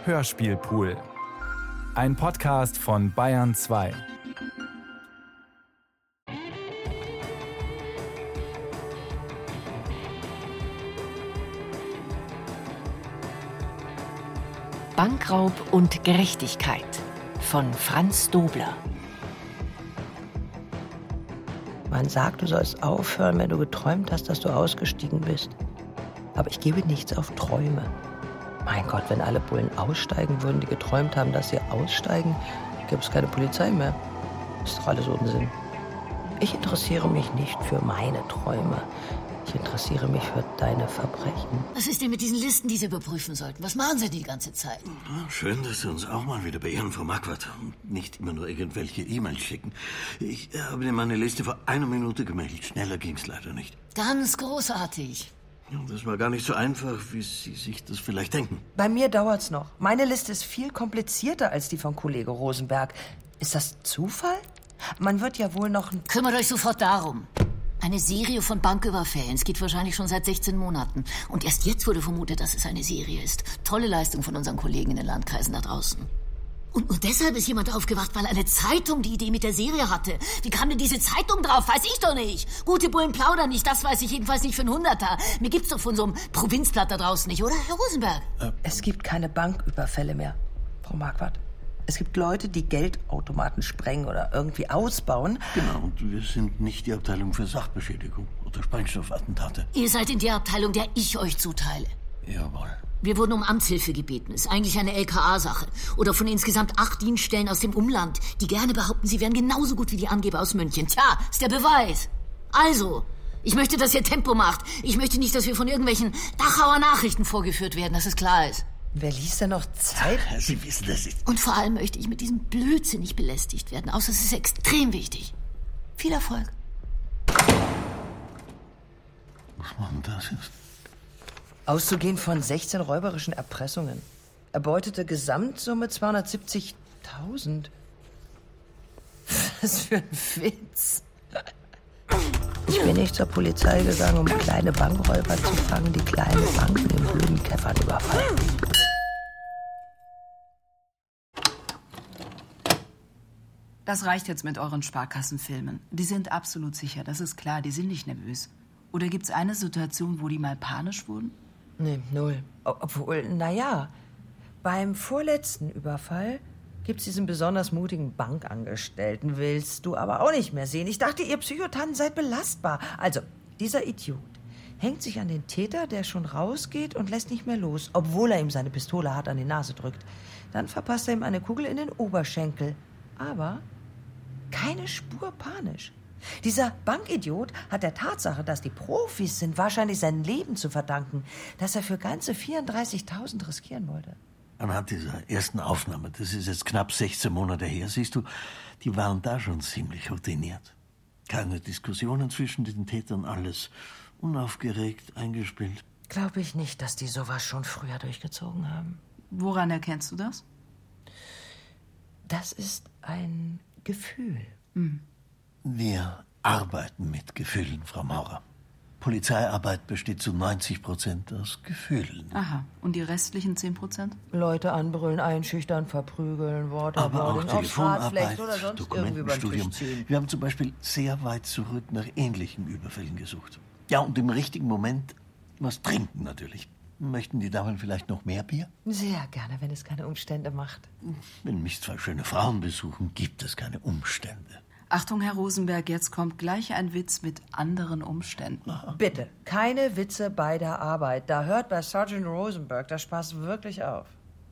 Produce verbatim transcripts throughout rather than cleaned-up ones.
Hörspielpool. Ein Podcast von Bayern zwei. Bankraub und Gerechtigkeit von Franz Dobler. Man sagt, du sollst aufhören, wenn du geträumt hast, dass du ausgestiegen bist. Aber ich gebe nichts auf Träume. Mein Gott, wenn alle Bullen aussteigen würden, die geträumt haben, dass sie aussteigen, gäbe es keine Polizei mehr. Ist doch alles Unsinn. Ich interessiere mich nicht für meine Träume. Ich interessiere mich für deine Verbrechen. Was ist denn mit diesen Listen, die Sie überprüfen sollten? Was machen Sie die ganze Zeit? Schön, dass Sie uns auch mal wieder beehren, Frau Marquardt. Und nicht immer nur irgendwelche E-Mails schicken. Ich habe Ihnen meine Liste vor einer Minute gemeldet. Schneller ging's leider nicht. Ganz großartig. Das war gar nicht so einfach, wie Sie sich das vielleicht denken. Bei mir dauert's noch. Meine Liste ist viel komplizierter als die von Kollege Rosenberg. Ist das Zufall? Man wird ja wohl noch... Kümmert euch sofort darum. Eine Serie von Banküberfällen. Es geht wahrscheinlich schon seit sechzehn Monaten. Und erst jetzt wurde vermutet, dass es eine Serie ist. Tolle Leistung von unseren Kollegen in den Landkreisen da draußen. Und nur deshalb ist jemand aufgewacht, weil eine Zeitung die Idee mit der Serie hatte. Wie kam denn diese Zeitung drauf? Weiß ich doch nicht. Gute Bullen plaudern nicht, das weiß ich jedenfalls nicht für einen Hunderter. Mir gibt's doch von so einem Provinzblatt da draußen nicht, oder, Herr Rosenberg? Es gibt keine Banküberfälle mehr, Frau Marquardt. Es gibt Leute, die Geldautomaten sprengen oder irgendwie ausbauen. Genau, und wir sind nicht die Abteilung für Sachbeschädigung oder Sprengstoffattentate. Ihr seid in der Abteilung, der ich euch zuteile. Jawohl. Wir wurden um Amtshilfe gebeten. Ist eigentlich eine L K A-Sache. Oder von insgesamt acht Dienststellen aus dem Umland, die gerne behaupten, sie wären genauso gut wie die Angeber aus München. Tja, ist der Beweis. Also, ich möchte, dass ihr Tempo macht. Ich möchte nicht, dass wir von irgendwelchen Dachauer Nachrichten vorgeführt werden, dass es klar ist. Wer liest denn noch Zeit? Sie wissen, das ist... Und vor allem möchte ich mit diesem Blödsinn nicht belästigt werden. Außer es ist extrem wichtig. Viel Erfolg. Was man das ist? Auszugehen von sechzehn räuberischen Erpressungen. Erbeutete Gesamtsumme zweihundertsiebzigtausend. Was für ein Witz. Ich bin nicht zur Polizei gegangen, um kleine Bankräuber zu fangen, die kleine Banken in blöden Käffern überfallen. Das reicht jetzt mit euren Sparkassenfilmen. Die sind absolut sicher, das ist klar, die sind nicht nervös. Oder gibt's eine Situation, wo die mal panisch wurden? Nee, null. Obwohl, naja, beim vorletzten Überfall gibt's diesen besonders mutigen Bankangestellten. Willst du aber auch nicht mehr sehen. Ich dachte, ihr Psychotanten seid belastbar. Also, dieser Idiot hängt sich an den Täter, der schon rausgeht und lässt nicht mehr los, obwohl er ihm seine Pistole hart an die Nase drückt. Dann verpasst er ihm eine Kugel in den Oberschenkel. Aber keine Spur panisch. Dieser Bankidiot hat der Tatsache, dass die Profis sind, wahrscheinlich sein Leben zu verdanken, dass er für ganze vierunddreißigtausend riskieren wollte. Anhand dieser ersten Aufnahme, das ist jetzt knapp sechzehn Monate her, siehst du, die waren da schon ziemlich routiniert. Keine Diskussionen zwischen den Tätern, alles unaufgeregt eingespielt. Glaube ich nicht, dass die sowas schon früher durchgezogen haben. Woran erkennst du das? Das ist ein Gefühl. Hm. Wir arbeiten mit Gefühlen, Frau Maurer. Polizeiarbeit besteht zu neunzig Prozent aus Gefühlen. Aha. Und die restlichen zehn Prozent? Leute anbrüllen, einschüchtern, verprügeln, Aber auch Waterboarding, aufs Rad flechten Telefonarbeit, oder sonst irgendwie über den Tisch Dokumentenstudium. ziehen. Wir haben zum Beispiel sehr weit zurück nach ähnlichen Überfällen gesucht. Ja, und im richtigen Moment was trinken natürlich. Möchten die Damen vielleicht noch mehr Bier? Sehr gerne, wenn es keine Umstände macht. Wenn mich zwei schöne Frauen besuchen, gibt es keine Umstände. Achtung, Herr Rosenberg, jetzt kommt gleich ein Witz mit anderen Umständen. Aha. Bitte, keine Witze bei der Arbeit. Da hört bei Sergeant Rosenberg der Spaß wirklich auf.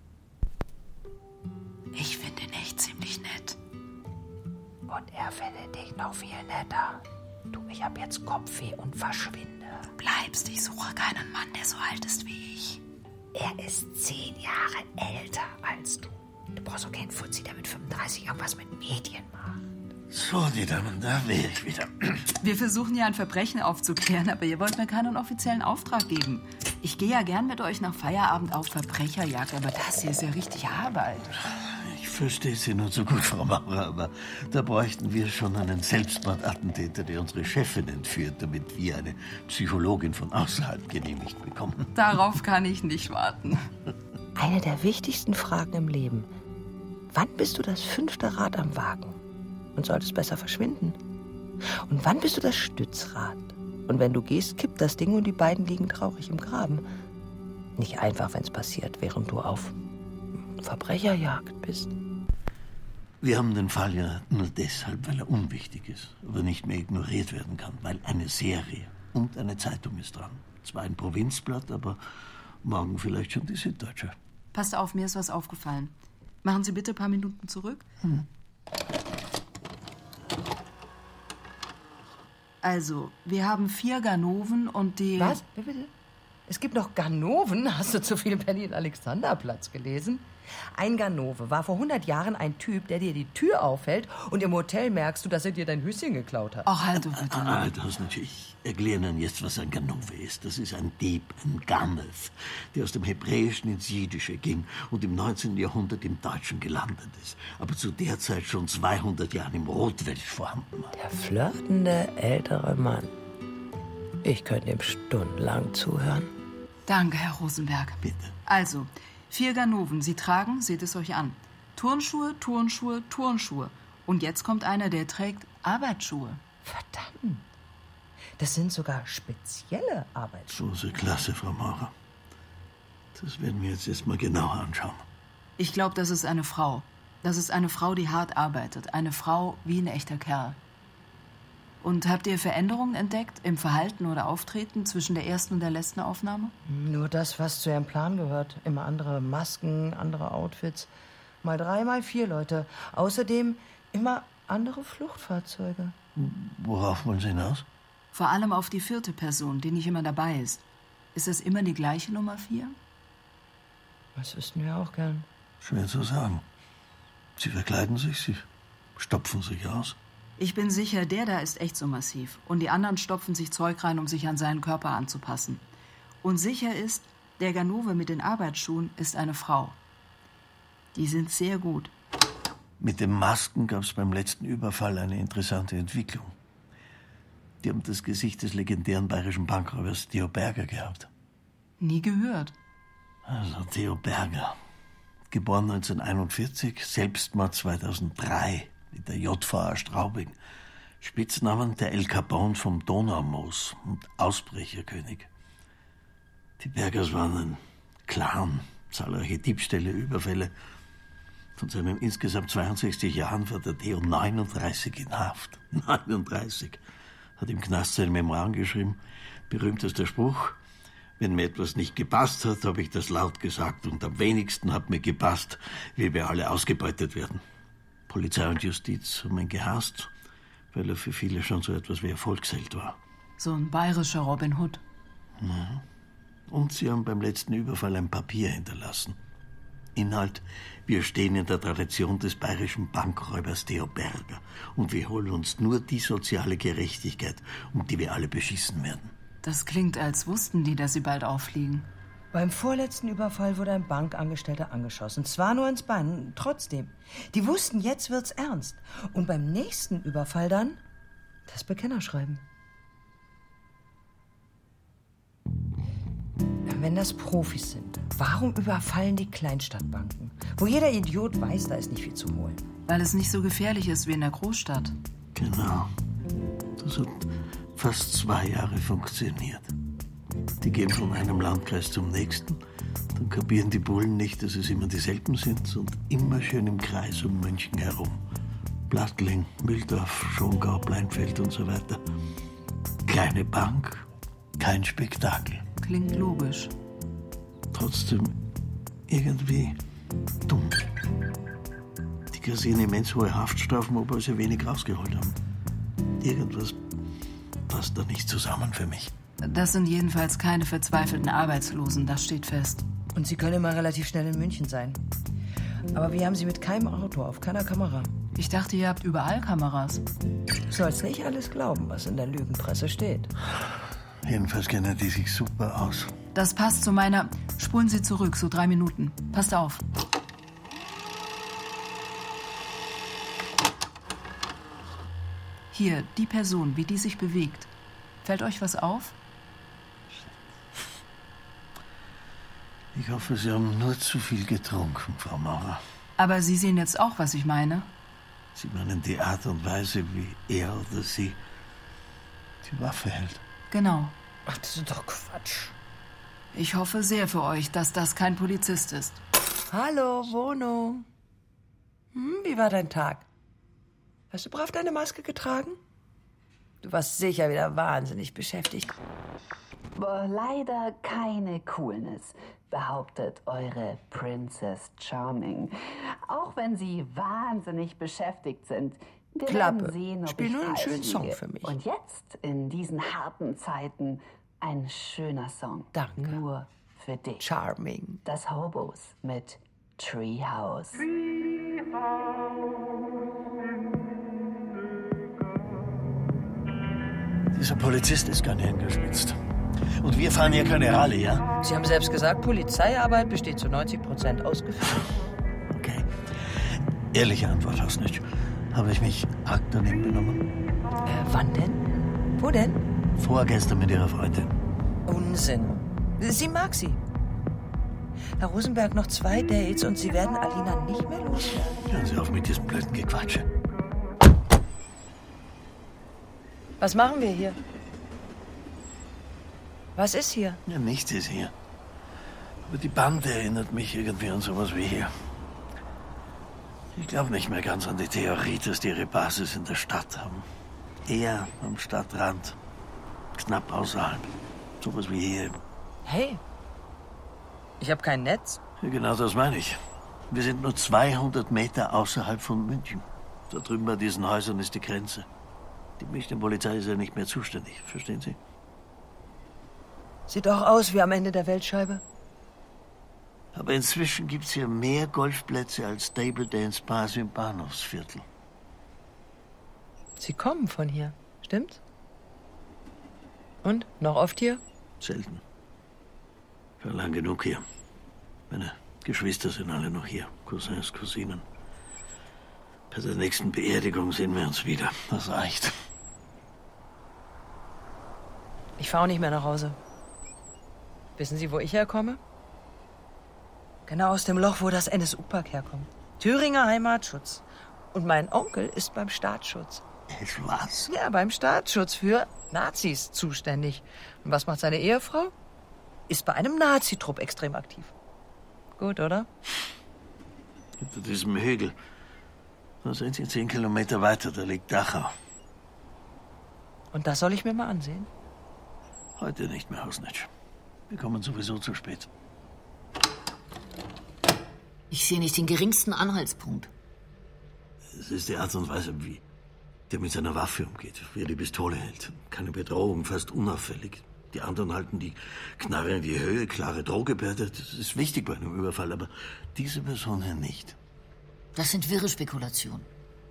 Ich finde ihn echt ziemlich nett. Und er findet dich noch viel netter. Du, ich hab jetzt Kopfweh und verschwinde. Du bleibst, ich suche keinen Mann, der so alt ist wie ich. Er ist zehn Jahre älter als du. Du brauchst auch keinen Fuzzi, der mit fünfunddreißig irgendwas mit Medien macht. So, die Damen, da wäre ich wieder. Wir versuchen ja ein Verbrechen aufzuklären, aber ihr wollt mir keinen offiziellen Auftrag geben. Ich gehe ja gern mit euch nach Feierabend auf Verbrecherjagd, aber das hier ist ja richtig Arbeit. Ich verstehe Sie nur so gut, Frau Maurer, aber da bräuchten wir schon einen Selbstmordattentäter, der unsere Chefin entführt, damit wir eine Psychologin von außerhalb genehmigt bekommen. Darauf kann ich nicht warten. Eine der wichtigsten Fragen im Leben. Wann bist du das fünfte Rad am Wagen und solltest besser verschwinden? Und wann bist du das Stützrad? Und wenn du gehst, kippt das Ding und die beiden liegen traurig im Graben. Nicht einfach, wenn es passiert, während du auf Verbrecherjagd bist. Wir haben den Fall ja nur deshalb, weil er unwichtig ist, aber nicht mehr ignoriert werden kann, weil eine Serie und eine Zeitung ist dran. Zwar ein Provinzblatt, aber morgen vielleicht schon die Süddeutsche. Passt auf, mir ist was aufgefallen. Machen Sie bitte ein paar Minuten zurück. Hm. Also, wir haben vier Ganoven und die... Was? Wie bitte? Es gibt noch Ganoven? Hast du zu viel Berlin-Alexanderplatz gelesen? Ein Ganove war vor hundert Jahren ein Typ, der dir die Tür aufhält und im Hotel merkst du, dass er dir dein Höschen geklaut hat. Ach, halt doch bitte. Ah, das natürlich. Erklären Ihnen jetzt, was ein Ganove ist. Das ist ein Dieb, ein Ganev, der aus dem Hebräischen ins Jiddische ging und im neunzehnten Jahrhundert im Deutschen gelandet ist, aber zu der Zeit schon zweihundert Jahren im Rotwelsch vorhanden war. Der flirtende ältere Mann. Ich könnte ihm stundenlang zuhören. Danke, Herr Rosenberg. Bitte. Also, vier Ganoven. Sie tragen, seht es euch an, Turnschuhe, Turnschuhe, Turnschuhe. Und jetzt kommt einer, der trägt Arbeitsschuhe. Verdammt. Das sind sogar spezielle Arbeitsschuhe. Große Klasse, Frau Maurer. Das werden wir jetzt erstmal genauer anschauen. Ich glaube, das ist eine Frau. Das ist eine Frau, die hart arbeitet. Eine Frau wie ein echter Kerl. Und habt ihr Veränderungen entdeckt im Verhalten oder Auftreten zwischen der ersten und der letzten Aufnahme? Nur das, was zu ihrem Plan gehört. Immer andere Masken, andere Outfits. Mal drei, mal vier Leute. Außerdem immer andere Fluchtfahrzeuge. Worauf wollen Sie hinaus? Vor allem auf die vierte Person, die nicht immer dabei ist. Ist das immer die gleiche Nummer vier? Das wüssten wir auch gern. Schwer zu sagen. Sie verkleiden sich, sie stopfen sich aus. Ich bin sicher, der da ist echt so massiv. Und die anderen stopfen sich Zeug rein, um sich an seinen Körper anzupassen. Und sicher ist, der Ganove mit den Arbeitsschuhen ist eine Frau. Die sind sehr gut. Mit den Masken gab es beim letzten Überfall eine interessante Entwicklung. Die haben das Gesicht des legendären bayerischen Bankräubers Theo Berger gehabt. Nie gehört. Also Theo Berger, geboren neunzehnhunderteinundvierzig, Selbstmord zweitausenddrei in der J V A Straubing. Spitznamen der El Capone vom Donaumoos und Ausbrecherkönig. Die Bergers waren ein Clan, zahlreiche Diebstähle, Überfälle. Von seinen insgesamt zweiundsechzig Jahren war der Theo neununddreißig in Haft. neununddreißig. Hat im Knast seine Memoiren geschrieben. Berühmtester Spruch: Wenn mir etwas nicht gepasst hat, habe ich das laut gesagt. Und am wenigsten hat mir gepasst, wie wir alle ausgebeutet werden. Polizei und Justiz haben ihn gehasst, weil er für viele schon so etwas wie ein Volksheld war. So ein bayerischer Robin Hood. Ja. Und sie haben beim letzten Überfall ein Papier hinterlassen. Inhalt: Wir stehen in der Tradition des bayerischen Bankräubers Theo Berger und wir holen uns nur die soziale Gerechtigkeit, um die wir alle beschissen werden. Das klingt, als wussten die, dass sie bald auffliegen. Beim vorletzten Überfall wurde ein Bankangestellter angeschossen. Zwar nur ins Bein, trotzdem. Die wussten, jetzt wird's ernst. Und beim nächsten Überfall dann das Bekennerschreiben. Wenn das Profis sind, warum überfallen die Kleinstadtbanken? Wo jeder Idiot weiß, da ist nicht viel zu holen. Weil es nicht so gefährlich ist wie in der Großstadt. Genau. Das hat fast zwei Jahre funktioniert. Die gehen von einem Landkreis zum nächsten. Dann kapieren die Bullen nicht, dass es immer dieselben sind und immer schön im Kreis um München herum. Plattling, Mühldorf, Schongau, Pleinfeld und so weiter. Kleine Bank, kein Spektakel. Klingt logisch. Trotzdem irgendwie dumm. Die kassieren immens hohe Haftstrafen, obwohl sie wenig rausgeholt haben. Irgendwas passt da nicht zusammen für mich. Das sind jedenfalls keine verzweifelten Arbeitslosen, das steht fest. Und sie können immer relativ schnell in München sein. Aber wir haben sie mit keinem Auto, auf keiner Kamera. Ich dachte, ihr habt überall Kameras. Du sollst nicht alles glauben, was in der Lügenpresse steht. Jedenfalls kennen die sich super aus. Das passt zu meiner... Spulen Sie zurück, so drei Minuten. Passt auf. Hier, die Person, wie die sich bewegt. Fällt euch was auf? Ich hoffe, Sie haben nur zu viel getrunken, Frau Maurer. Aber Sie sehen jetzt auch, was ich meine? Sie meinen die Art und Weise, wie er oder sie die Waffe hält. Genau. Ach, das ist doch Quatsch. Ich hoffe sehr für euch, dass das kein Polizist ist. Hallo, Wohnung. Hm, wie war dein Tag? Hast du brav deine Maske getragen? Du warst sicher wieder wahnsinnig beschäftigt. Boah, leider keine Coolness, behauptet eure Princess Charming. Auch wenn sie wahnsinnig beschäftigt sind. Wir Klappe. werden sehen, ob Spiel ich nur einen falsch schönen Song liege. für mich. Und jetzt, in diesen harten Zeiten, ein schöner Song. Danke. Nur für dich. Charming. Das Hobos mit Treehouse. Dieser Polizist ist gar nicht hingespitzt. Und wir fahren hier keine Rallye, ja? Sie haben selbst gesagt, Polizeiarbeit besteht zu neunzig Prozent ausgeführt. Okay. Ehrliche Antwort hast nicht. Habe ich mich arg daneben benommen? Äh, wann denn? Wo denn? Vorgestern mit Ihrer Freundin. Unsinn. Sie mag sie. Herr Rosenberg, noch zwei Dates und Sie werden Alina nicht mehr loswerden. Hören Sie auf mit diesem blöden Gequatsche. Was machen wir hier? Was ist hier? Ja, nichts ist hier. Aber die Bande erinnert mich irgendwie an sowas wie hier. Ich glaube nicht mehr ganz an die Theorie, dass die ihre Basis in der Stadt haben. Eher am Stadtrand. Knapp außerhalb. Sowas wie hier. Hey, ich habe kein Netz. Ja, genau das meine ich. Wir sind nur zweihundert Meter außerhalb von München. Da drüben bei diesen Häusern ist die Grenze. Die Münchner-Polizei ist ja nicht mehr zuständig, verstehen Sie? Sieht doch aus wie am Ende der Weltscheibe. Aber inzwischen gibt's hier mehr Golfplätze als Stable Dance Bars im Bahnhofsviertel. Sie kommen von hier, stimmt's? Und? Noch oft hier? Selten. Schon lang genug hier. Meine Geschwister sind alle noch hier. Cousins, Cousinen. Bei der nächsten Beerdigung sehen wir uns wieder. Das reicht. Ich fahre auch nicht mehr nach Hause. Wissen Sie, wo ich herkomme? Genau aus dem Loch, wo das N S U-Pack herkommt. Thüringer Heimatschutz. Und mein Onkel ist beim Staatsschutz. Es was? Ja, beim Staatsschutz für Nazis zuständig. Und was macht seine Ehefrau? Ist bei einem Nazitrupp extrem aktiv. Gut, oder? Hinter diesem Hügel. Da sind Sie zehn Kilometer weiter, da liegt Dachau. Und das soll ich mir mal ansehen? Heute nicht mehr, Hausnitsch. Wir kommen sowieso zu spät. Ich sehe nicht den geringsten Anhaltspunkt. Es ist die Art und Weise, wie der mit seiner Waffe umgeht, wie er die Pistole hält. Keine Bedrohung, fast unauffällig. Die anderen halten die Knarre in die Höhe, klare Drohgebärde. Das ist wichtig bei einem Überfall, aber diese Person hier nicht. Das sind wirre Spekulationen.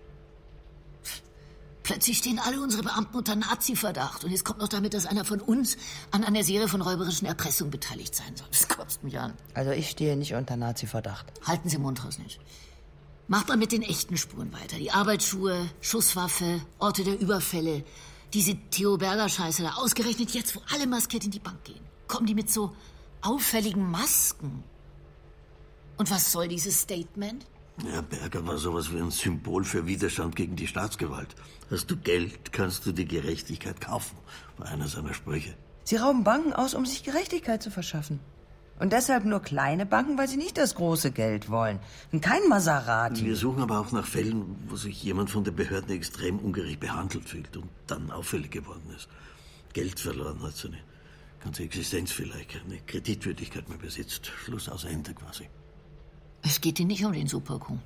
Plötzlich stehen alle unsere Beamten unter Nazi-Verdacht. Und jetzt kommt noch damit, dass einer von uns an einer Serie von räuberischen Erpressungen beteiligt sein soll. Das kotzt mich an. Also ich stehe nicht unter Nazi-Verdacht. Halten Sie Mund raus nicht. Macht mal mit den echten Spuren weiter. Die Arbeitsschuhe, Schusswaffe, Orte der Überfälle. Diese Theo Berger-Scheiße da. Ausgerechnet jetzt, wo alle maskiert in die Bank gehen. Kommen die mit so auffälligen Masken. Und was soll dieses Statement? Ja, Berger war sowas wie ein Symbol für Widerstand gegen die Staatsgewalt. Hast du Geld, kannst du die Gerechtigkeit kaufen, war einer seiner Sprüche. Sie rauben Banken aus, um sich Gerechtigkeit zu verschaffen. Und deshalb nur kleine Banken, weil sie nicht das große Geld wollen. Und kein Maserati. Wir suchen aber auch nach Fällen, wo sich jemand von den Behörden extrem ungerecht behandelt fühlt und dann auffällig geworden ist. Geld verloren hat, seine ganze Existenz vielleicht, keine Kreditwürdigkeit mehr besitzt. Schluss aus Ende quasi. Es geht Ihnen nicht um den Supercoup,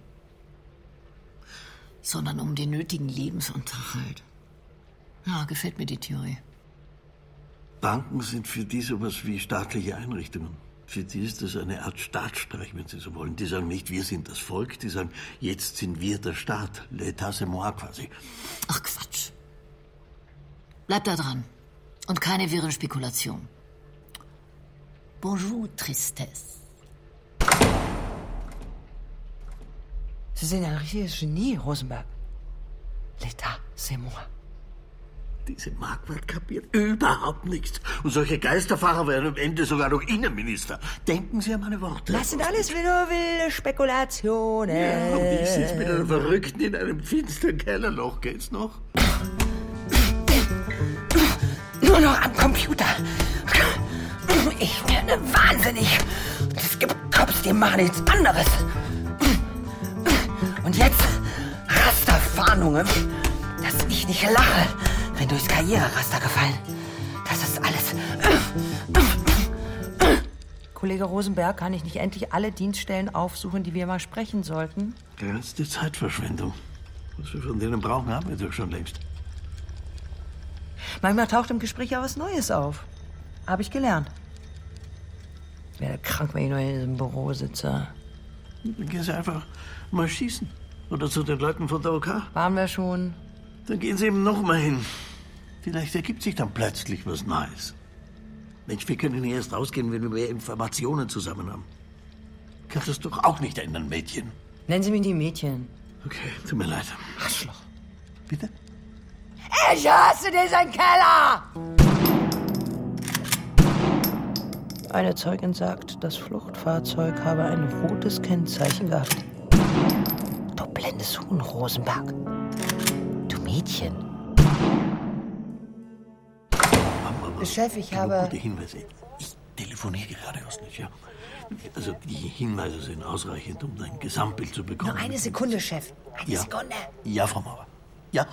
sondern um den nötigen Lebensunterhalt. Ja, gefällt mir die Theorie. Banken sind für die sowas wie staatliche Einrichtungen. Für die ist das eine Art Staatsstreich, wenn Sie so wollen. Die sagen nicht, wir sind das Volk, die sagen, jetzt sind wir der Staat. L'état c'est moi quasi. Ach Quatsch. Bleib da dran. Und keine wirren Spekulationen. Bonjour, Tristesse. Sie sind ein richtiges Genie, Rosenberg. L'état, c'est moi. Diese Marquardt kapiert überhaupt nichts. Und solche Geisterfahrer werden am Ende sogar noch Innenminister. Denken Sie an meine Worte. Das sind alles nur wilde Spekulationen. Ja, und ich sitze mit einem Verrückten in einem finsteren Kellerloch. Geht's noch? Nur noch am Computer. Ich werde wahnsinnig. Es gibt Cops, die machen nichts anderes. Und jetzt Rasterfahndungen, dass ich nicht lache, wenn durchs Karriereraster gefallen. Das ist alles. Kollege Rosenberg, kann ich nicht endlich alle Dienststellen aufsuchen, die wir mal sprechen sollten? Ja, das ist die Zeitverschwendung. Was wir von denen brauchen, haben wir doch schon längst. Manchmal taucht im Gespräch ja was Neues auf. Habe ich gelernt. Ich werde krank, wenn ich nur in diesem Büro sitze. Dann gehen Sie einfach mal schießen. Oder zu den Leuten von der O K. Waren wir schon. Dann gehen Sie eben noch mal hin. Vielleicht ergibt sich dann plötzlich was Neues. Mensch, wir können hier erst rausgehen, wenn wir mehr Informationen zusammen haben. Kann das doch auch nicht ändern, Mädchen. Nennen Sie mich die Mädchen. Okay, tut mir leid. Arschloch. Bitte? Ich hasse diesen Keller! Eine Zeugin sagt, das Fluchtfahrzeug habe ein rotes Kennzeichen gehabt. Du blendes Huhn, Rosenberg. Du Mädchen. Chef, ich habe... Gute Hinweise. Ich telefoniere gerade aus nicht, ja. Also die Hinweise sind ausreichend, um dein Gesamtbild zu bekommen. Nur eine Sekunde, Chef. Eine ja. Sekunde. Ja, Frau Mauer. Ja.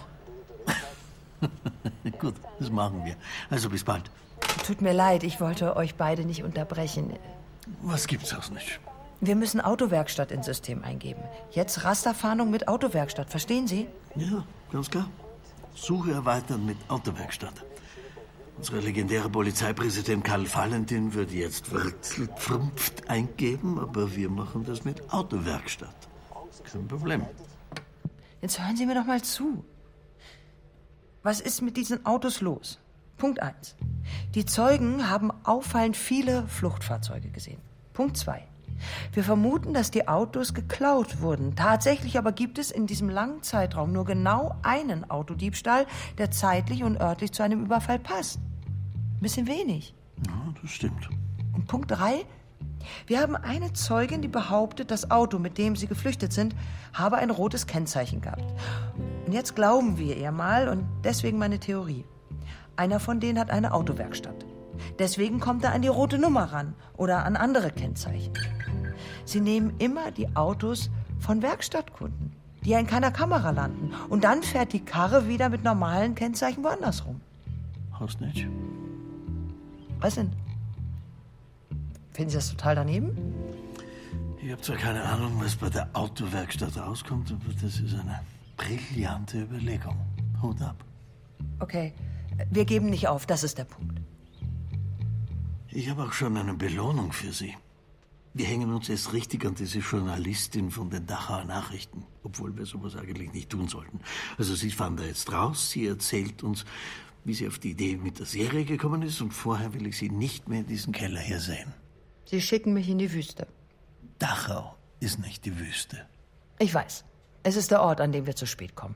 Gut, das machen wir. Also bis bald. Tut mir leid, ich wollte euch beide nicht unterbrechen. Was gibt's aus nicht? Wir müssen Autowerkstatt ins System eingeben. Jetzt Rasterfahndung mit Autowerkstatt, verstehen Sie? Ja, ganz klar. Suche erweitern mit Autowerkstatt. Unser legendärer Polizeipräsident Karl Valentin würde jetzt Wurzelpfrumpft eingeben, aber wir machen das mit Autowerkstatt. Kein Problem. Jetzt hören Sie mir doch mal zu. Was ist mit diesen Autos los? Punkt eins. Die Zeugen haben auffallend viele Fluchtfahrzeuge gesehen. Punkt zwei. Wir vermuten, dass die Autos geklaut wurden. Tatsächlich aber gibt es in diesem langen Zeitraum nur genau einen Autodiebstahl, der zeitlich und örtlich zu einem Überfall passt. Ein bisschen wenig. Ja, das stimmt. Und Punkt drei. Wir haben eine Zeugin, die behauptet, das Auto, mit dem sie geflüchtet sind, habe ein rotes Kennzeichen gehabt. Und jetzt glauben wir ihr mal, und deswegen meine Theorie. Einer von denen hat eine Autowerkstatt. Deswegen kommt er an die rote Nummer ran oder an andere Kennzeichen. Sie nehmen immer die Autos von Werkstattkunden, die ja in keiner Kamera landen. Und dann fährt die Karre wieder mit normalen Kennzeichen woanders rum. Hast nicht? Was denn? Finden Sie das total daneben? Ich habe zwar keine Ahnung, was bei der Autowerkstatt rauskommt, aber das ist eine brillante Überlegung. Hut ab. Okay, wir geben nicht auf, das ist der Punkt. Ich habe auch schon eine Belohnung für Sie. Wir hängen uns erst richtig an diese Journalistin von den Dachauer Nachrichten, obwohl wir sowas eigentlich nicht tun sollten. Also Sie fahren da jetzt raus, sie erzählt uns, wie sie auf die Idee mit der Serie gekommen ist, und vorher will ich sie nicht mehr in diesen Keller hier sehen. Sie schicken mich in die Wüste. Dachau ist nicht die Wüste. Ich weiß. Es ist der Ort, an dem wir zu spät kommen.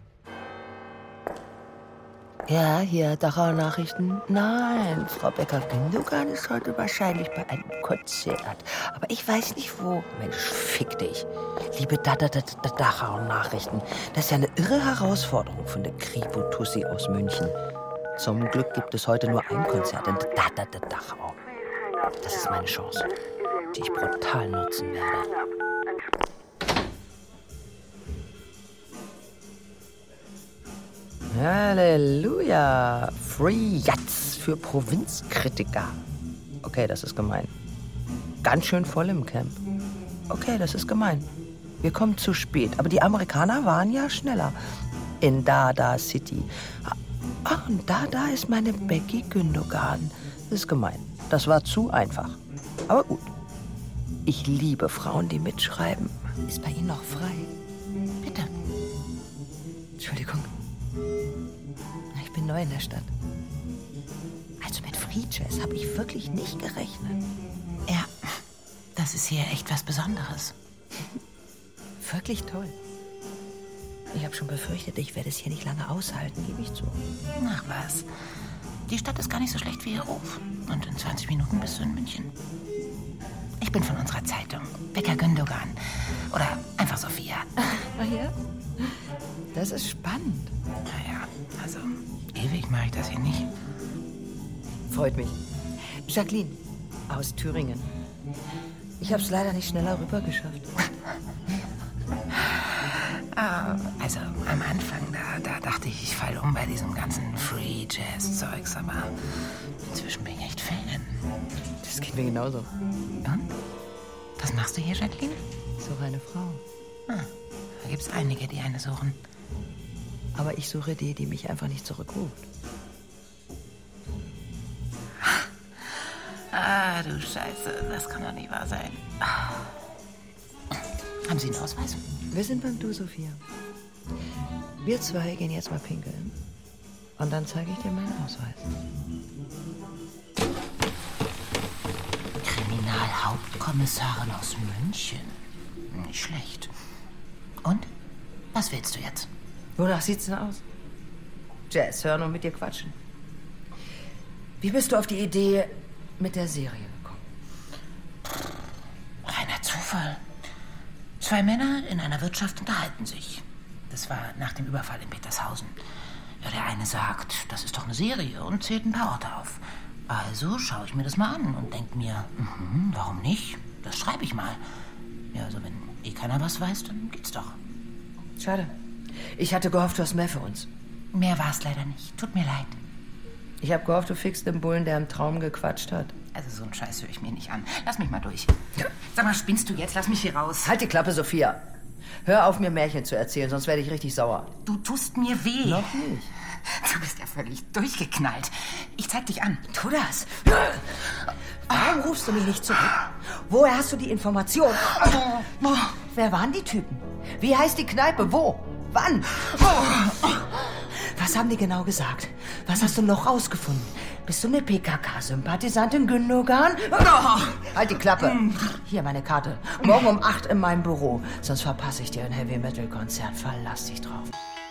Ja, hier, Dachauer Nachrichten. Nein, Frau Becker-Gündogan ist heute wahrscheinlich bei einem Konzert. Aber ich weiß nicht wo. Mensch, fick dich. Liebe da da da da Dachauer Nachrichten. Das ist ja eine irre Herausforderung von der Kripo-Tussi aus München. Zum Glück gibt es heute nur ein Konzert in da da da Dachau. Das ist meine Chance, die ich brutal nutzen werde. Halleluja! Free Jats für Provinzkritiker. Okay, das ist gemein. Ganz schön voll im Camp. Okay, das ist gemein. Wir kommen zu spät, aber die Amerikaner waren ja schneller. In Dada City. Ach, und da, da ist meine Becky Gündogan. Das ist gemein. Das war zu einfach. Aber gut. Ich liebe Frauen, die mitschreiben. Ist bei Ihnen noch frei? Bitte. Entschuldigung. Ich bin neu in der Stadt. Also mit Free Jazz habe ich wirklich nicht gerechnet. Ja, das ist hier echt was Besonderes. Wirklich toll. Ich habe schon befürchtet, ich werde es hier nicht lange aushalten, gebe ich zu. Ach was. Die Stadt ist gar nicht so schlecht wie ihr Ruf. Und in zwanzig Minuten bist du in München. Ich bin von unserer Zeitung. Becker Gündogan. Oder einfach Sophia. Ach ja? Das ist spannend. Naja, also ewig mache ich das hier nicht. Freut mich. Jacqueline aus Thüringen. Ich habe es leider nicht schneller rüber geschafft. Also am Anfang, da, da dachte ich, ich falle um bei diesem ganzen Free-Jazz-Zeugs, aber inzwischen bin ich echt Fan. Das geht mir genauso. Und? Was machst du hier, Jacqueline? Ich suche eine Frau. Ah, da gibt's einige, die eine suchen. Aber ich suche die, die mich einfach nicht zurückruft. Ah, du Scheiße, das kann doch nicht wahr sein. Ah. Haben Sie einen Ausweis? Wir sind beim Du, Sophia. Wir zwei gehen jetzt mal pinkeln. Und dann zeige ich dir meinen Ausweis. Kriminalhauptkommissarin aus München. Nicht schlecht. Und? Was willst du jetzt? Wonach sieht's denn aus? Jazz hören und mit dir quatschen. Wie bist du auf die Idee mit der Serie gekommen? Reiner Zufall. Zwei Männer in einer Wirtschaft unterhalten sich. Das war nach dem Überfall in Petershausen. Ja, der eine sagt, das ist doch eine Serie und zählt ein paar Orte auf. Also schaue ich mir das mal an und denke mir, mhm, warum nicht? Das schreibe ich mal. Ja, also wenn eh keiner was weiß, dann geht's doch. Schade. Ich hatte gehofft, du hast mehr für uns. Mehr war es leider nicht. Tut mir leid. Ich habe gehofft, du fixst den Bullen, der im Traum gequatscht hat. Also so einen Scheiß höre ich mir nicht an. Lass mich mal durch. Sag mal, spinnst du jetzt? Lass mich hier raus. Halt die Klappe, Sophia. Hör auf, mir Märchen zu erzählen, sonst werde ich richtig sauer. Du tust mir weh. Noch nicht. Du bist ja völlig durchgeknallt. Ich zeig dich an. Tu das. Warum rufst du mich nicht zurück? Woher hast du die Information? Wer waren die Typen? Wie heißt die Kneipe? Wo? Wann? Was haben die genau gesagt? Was hast du noch rausgefunden? Bist du eine P K K-Sympathisantin, Gündogan? Halt die Klappe. Hier meine Karte. Morgen um acht in meinem Büro. Sonst verpasse ich dir ein Heavy-Metal-Konzert. Verlass dich drauf.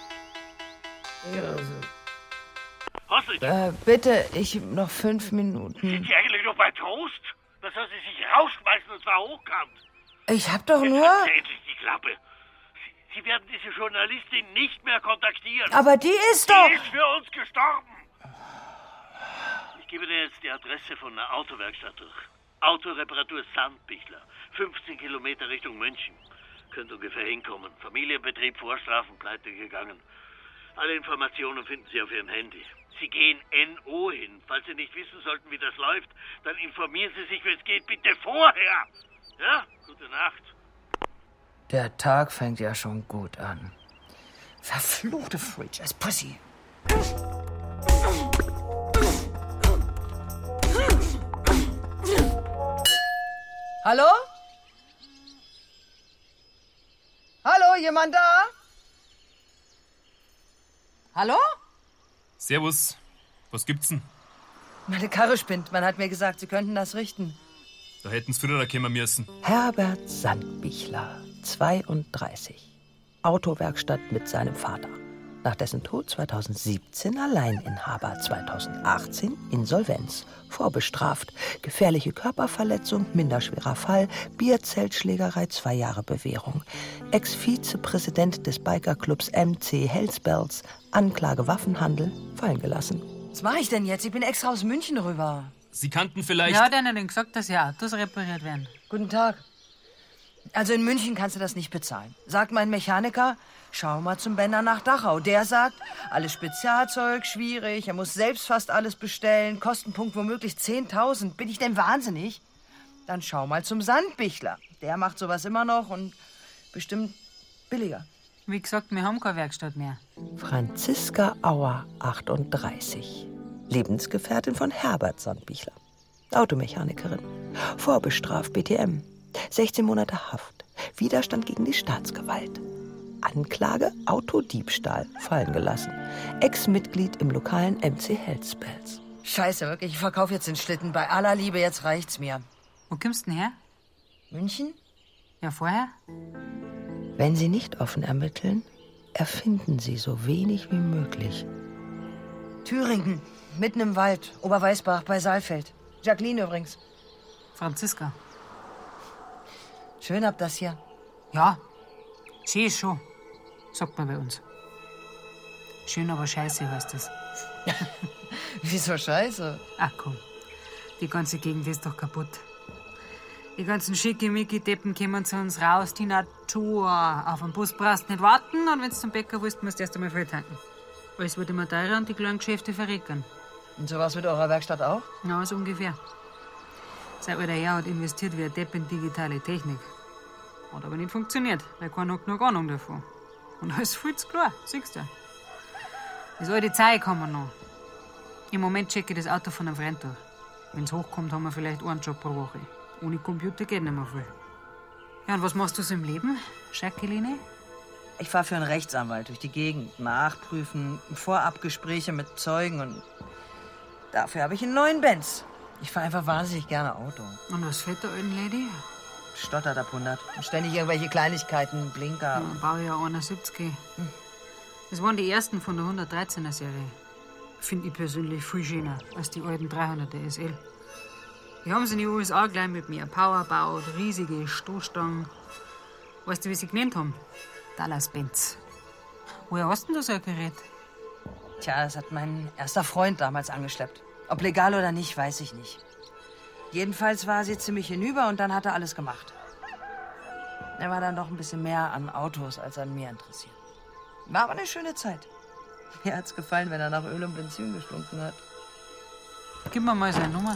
Hast du Äh, bitte, ich noch fünf Minuten. Sind Sie eigentlich noch bei Trost? Da soll sie sich rausschmeißen und zwar hochkant. Ich hab doch Jetzt nur... hat sie endlich die Klappe. Sie, sie werden diese Journalistin nicht mehr kontaktieren. Aber die ist doch... Die ist für uns gestorben. Ich gebe dir jetzt die Adresse von einer Autowerkstatt durch. Autoreparatur Sandbichler. fünfzehn Kilometer Richtung München. Könnt ungefähr hinkommen. Familienbetrieb, Vorstrafen, pleite gegangen. Alle Informationen finden Sie auf Ihrem Handy. Sie gehen N O hin. Falls Sie nicht wissen sollten, wie das läuft, dann informieren Sie sich, wenn es geht, bitte vorher. Ja? Gute Nacht. Der Tag fängt ja schon gut an. Verfluchte Free-Jazz Pussy. Hallo? Hallo, jemand da? Hallo? Servus. Was gibt's denn? Meine Karre spinnt. Man hat mir gesagt, Sie könnten das richten. Da hätten's früher kommen müssen. Herbert Sandbichler, zweiunddreißig. Autowerkstatt mit seinem Vater. Nach dessen Tod zweitausendsiebzehn Alleininhaber, zweitausendachtzehn Insolvenz. Vorbestraft, gefährliche Körperverletzung, minderschwerer Fall, Bierzeltschlägerei, zwei Jahre Bewährung. Ex-Vizepräsident des Bikerclubs M C Hells Bells, Anklage Waffenhandel, fallen gelassen. Was mache ich denn jetzt? Ich bin extra aus München rüber. Sie kannten vielleicht... Ja, der hat denn gesagt, dass ja Autos repariert werden. Guten Tag. Also in München kannst du das nicht bezahlen. Sagt mein Mechaniker, schau mal zum Bender nach Dachau. Der sagt, alles Spezialzeug, schwierig, er muss selbst fast alles bestellen, Kostenpunkt womöglich zehntausend. Bin ich denn wahnsinnig? Dann schau mal zum Sandbichler. Der macht sowas immer noch und bestimmt billiger. Wie gesagt, wir haben keine Werkstatt mehr. Franziska Auer, achtunddreißig. Lebensgefährtin von Herbert Sandbichler. Automechanikerin. Vorbestraft B T M. sechzehn Monate Haft. Widerstand gegen die Staatsgewalt. Anklage Autodiebstahl. Fallen gelassen. Ex-Mitglied im lokalen M C Hells Bells. Scheiße, wirklich. Ich verkaufe jetzt den Schlitten. Bei aller Liebe, jetzt reicht's mir. Wo kommst du denn her? München? Ja, vorher? Wenn Sie nicht offen ermitteln, erfinden Sie so wenig wie möglich. Thüringen, mitten im Wald, Oberweißbach bei Saalfeld. Jacqueline übrigens. Franziska. Schön habt das hier. Ja, schön ist schon, sagt man bei uns. Schön, aber scheiße heißt das. Wieso scheiße? Ach komm, die ganze Gegend ist doch kaputt. Die ganzen Schickimicki-Deppen kommen zu uns raus, die Natur. Auf den Bus brauchst du nicht warten und wenn du zum Bäcker willst, musst du erst einmal voll tanken. Alles wird immer teurer und die kleinen Geschäfte verreckern. Und sowas mit eurer Werkstatt auch? Ja, so ungefähr. Sein alter Herr hat investiert wie ein Depp in digitale Technik. Hat aber nicht funktioniert, weil keiner hat genug Ahnung davon. Und alles viel zu klar, siehst du. Das alte Zeug haben wir noch. Im Moment checke ich das Auto von einem Freund durch. Wenn es hochkommt, haben wir vielleicht einen Job pro Woche. Ohne Computer geht nicht mehr viel. Ja, und was machst du so im Leben, Jacqueline? Ich fahre für einen Rechtsanwalt durch die Gegend, nachprüfen, Vorabgespräche mit Zeugen und dafür habe ich einen neuen Benz. Ich fahre einfach wahnsinnig gerne Auto. Und was fährt der alten Lady? Stottert ab hundert. Und ständig irgendwelche Kleinigkeiten, Blinker. Ja, Baujahr einundsiebzig. Hm. Das waren die ersten von der hundertdreizehner Serie. Finde ich persönlich viel schöner als die alten dreihunderter S L. Die haben sie in den U S A gleich mit mehr Power gebaut, riesige Stoßstangen. Weißt du, wie sie genannt haben? Dallas Benz. Woher hast denn du so ein Gerät? Tja, das hat mein erster Freund damals angeschleppt. Ob legal oder nicht, weiß ich nicht. Jedenfalls war sie ziemlich hinüber und dann hat er alles gemacht. Er war dann doch ein bisschen mehr an Autos als an mir interessiert. War aber eine schöne Zeit. Mir hat's gefallen, wenn er nach Öl und Benzin gestunken hat. Gib mir mal seine Nummer.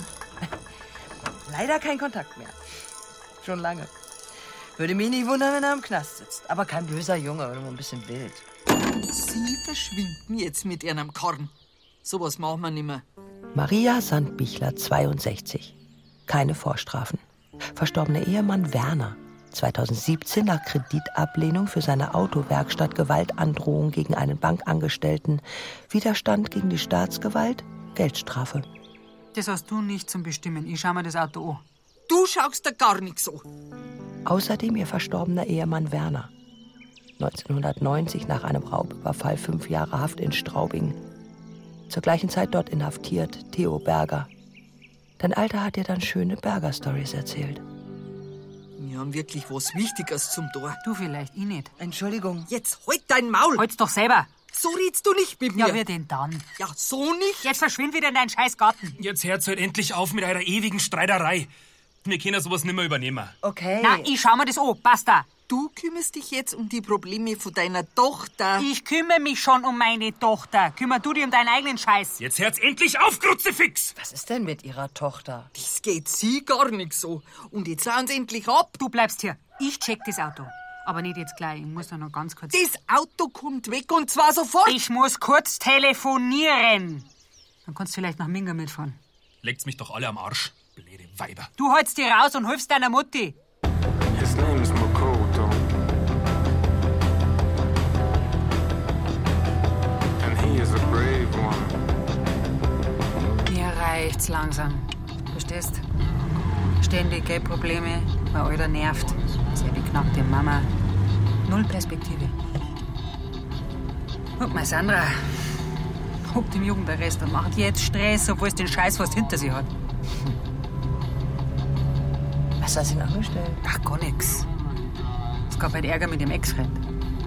Leider kein Kontakt mehr. Schon lange. Würde mich nicht wundern, wenn er im Knast sitzt. Aber kein böser Junge, nur ein bisschen wild. Sie verschwinden jetzt mit ihrem Korn. Sowas machen wir nimmer. Maria Sandbichler, zweiundsechzig. Keine Vorstrafen. Verstorbener Ehemann Werner. zweitausendsiebzehn nach Kreditablehnung für seine Autowerkstatt Gewaltandrohung gegen einen Bankangestellten. Widerstand gegen die Staatsgewalt, Geldstrafe. Das hast du nicht zum Bestimmen. Ich schau mir das Auto an. Du schaust da gar nichts an. Außerdem ihr verstorbener Ehemann Werner. neunzehnhundertneunzig nach einem Raubüberfall fünf Jahre Haft in Straubing. Zur gleichen Zeit dort inhaftiert, Theo Berger. Dein Alter hat dir dann schöne Berger-Stories erzählt. Wir haben wirklich was Wichtiges zum Tor. Du vielleicht, ich nicht. Entschuldigung. Jetzt halt dein Maul. Halt's doch selber. So redst du nicht mit mir. Ja, wie denn dann? Ja, so nicht. Jetzt verschwind wieder in deinen scheiß Garten. Jetzt hört's halt endlich auf mit eurer ewigen Streiterei. Wir können sowas nimmer übernehmen. Okay. Na, ich schau mir das an. Basta. Du kümmerst dich jetzt um die Probleme von deiner Tochter. Ich kümmere mich schon um meine Tochter. Kümmer du dich um deinen eigenen Scheiß. Jetzt hört's endlich auf, Kruzifix! Was ist denn mit ihrer Tochter? Das geht sie gar nicht so. Und jetzt hauen sie endlich ab. Du bleibst hier. Ich check das Auto. Aber nicht jetzt gleich. Ich muss noch ganz kurz... Das Auto kommt weg und zwar sofort. Ich muss kurz telefonieren. Dann kannst du vielleicht nach Minga mitfahren. Legt's mich doch alle am Arsch, blöde Weiber. Du holst dir raus und hilfst deiner Mutti. His name is Makoto. And he is a brave one. Mir reicht's langsam. Verstehst? Ständig Geldprobleme, weil Alter nervt. Sehr beknackte Mama. Null Perspektive. Und meine Sandra hockt im Jugendarrest und macht jetzt Stress, obwohl es den Scheiß fast hinter sie hat. Was hat sie denn angestellt? Ach, gar nix. Es gab halt Ärger mit dem Ex-Freund.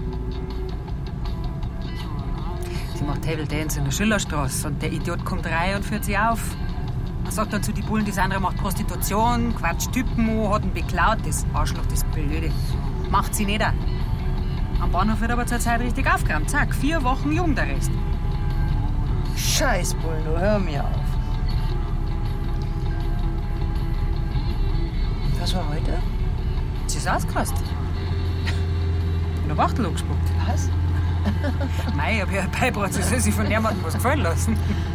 Sie macht Table Dance in der Schillerstraße und der Idiot kommt rein und führt sie auf. Er sagt dann zu die Bullen, die Sandra macht Prostitution, quatscht Typen an, hat ihn beklaut. Das Arschloch, das Blöde. Macht sie nicht. Am Bahnhof wird aber zur Zeit richtig aufgeräumt. Zack, vier Wochen Jugendarrest. Scheiß Bullen, du hör mir auf. Was war heute? Sie ist ausgerastet. In der Wachtel angespuckt. Was? Mei, ich hab ja beigebracht, sie soll sich von jemandem was gefallen lassen.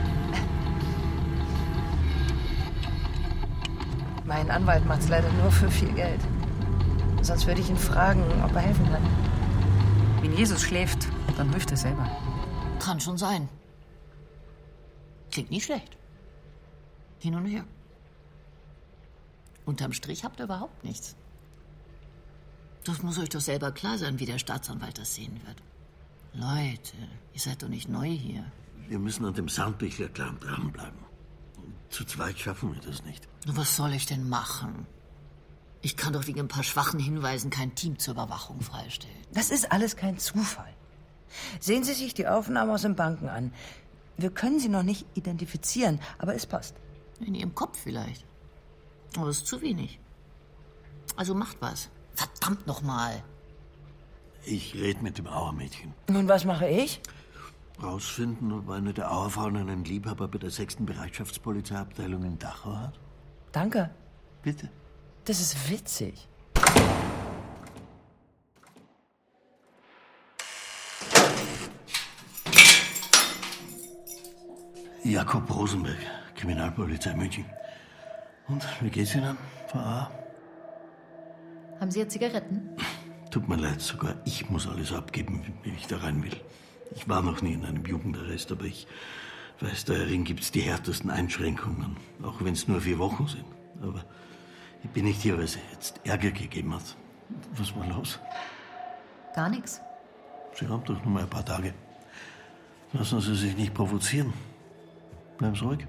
Mein Anwalt macht's leider nur für viel Geld. Sonst würde ich ihn fragen, ob er helfen kann. Wenn Jesus schläft, dann hilft er selber. Kann schon sein. Klingt nicht schlecht. Hin und her. Unterm Strich habt ihr überhaupt nichts. Das muss euch doch selber klar sein, wie der Staatsanwalt das sehen wird. Leute, ihr seid doch nicht neu hier. Wir müssen an dem Sandbichler-Clan dranbleiben. Zu zweit schaffen wir das nicht. Was soll ich denn machen? Ich kann doch wegen ein paar schwachen Hinweisen kein Team zur Überwachung freistellen. Das ist alles kein Zufall. Sehen Sie sich die Aufnahmen aus den Banken an. Wir können sie noch nicht identifizieren, aber es passt. In Ihrem Kopf vielleicht. Aber das ist zu wenig. Also macht was. Verdammt nochmal. Ich rede mit dem Auermädchen. Nun, was mache ich? Rausfinden, ob eine der Auerfrauen einen Liebhaber bei der sechsten Bereitschaftspolizeiabteilung in Dachau hat? Danke. Bitte. Das ist witzig. Jakob Rosenberg, Kriminalpolizei München. Und, wie geht's Ihnen, Frau A? Haben Sie jetzt Zigaretten? Tut mir leid, sogar ich muss alles abgeben, wenn ich da rein will. Ich war noch nie in einem Jugendarrest, aber ich weiß, darin gibt's die härtesten Einschränkungen, auch wenn es nur vier Wochen sind. Aber ich bin nicht hier, weil es jetzt Ärger gegeben hat. Was war los? Gar nichts. Sie haben doch nur mal ein paar Tage. Lassen Sie sich nicht provozieren. Bleiben Sie ruhig.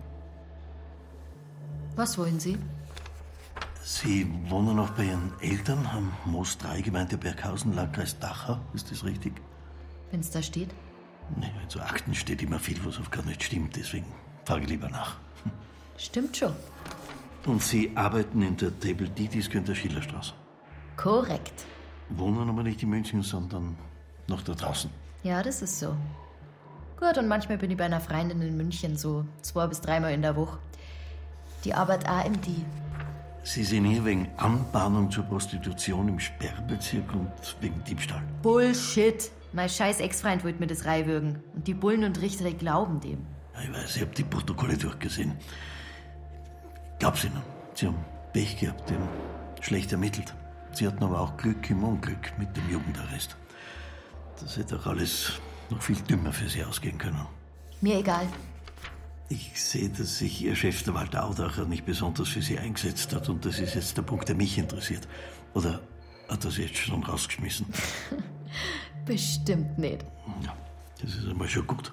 Was wollen Sie? Sie wohnen noch bei Ihren Eltern am Moos drei, Gemeinde Berghausen, Landkreis Dachau. Ist das richtig? Wenn es da steht? Nee, in so Akten steht immer viel, was oft gar nicht stimmt. Deswegen frage ich lieber nach. Stimmt schon. Und Sie arbeiten in der Table Didis Günther-Schiller-Straße? Korrekt. Wohnen aber nicht in München, sondern noch da draußen. Ja, das ist so. Gut, und manchmal bin ich bei einer Freundin in München, so zwei bis dreimal in der Woche. Die arbeitet auch im D. Sie sind hier wegen Anbahnung zur Prostitution im Sperrbezirk und wegen Diebstahl. Bullshit. Mein scheiß Ex-Freund wollte mir das reinwürgen. Und die Bullen und Richter, die glauben dem. Ja, ich weiß, ich habe die Protokolle durchgesehen. Ich glaub's Ihnen. Sie haben Pech gehabt, die haben schlecht ermittelt. Sie hatten aber auch Glück im Unglück mit dem Jugendarrest. Das hätte auch alles noch viel dümmer für Sie ausgehen können. Mir egal. Ich sehe, dass sich Ihr Chef, der Walter Audacher, nicht besonders für Sie eingesetzt hat. Und das ist jetzt der Punkt, der mich interessiert. Oder hat er Sie jetzt schon rausgeschmissen? Bestimmt nicht. Ja, das ist einmal schon gut.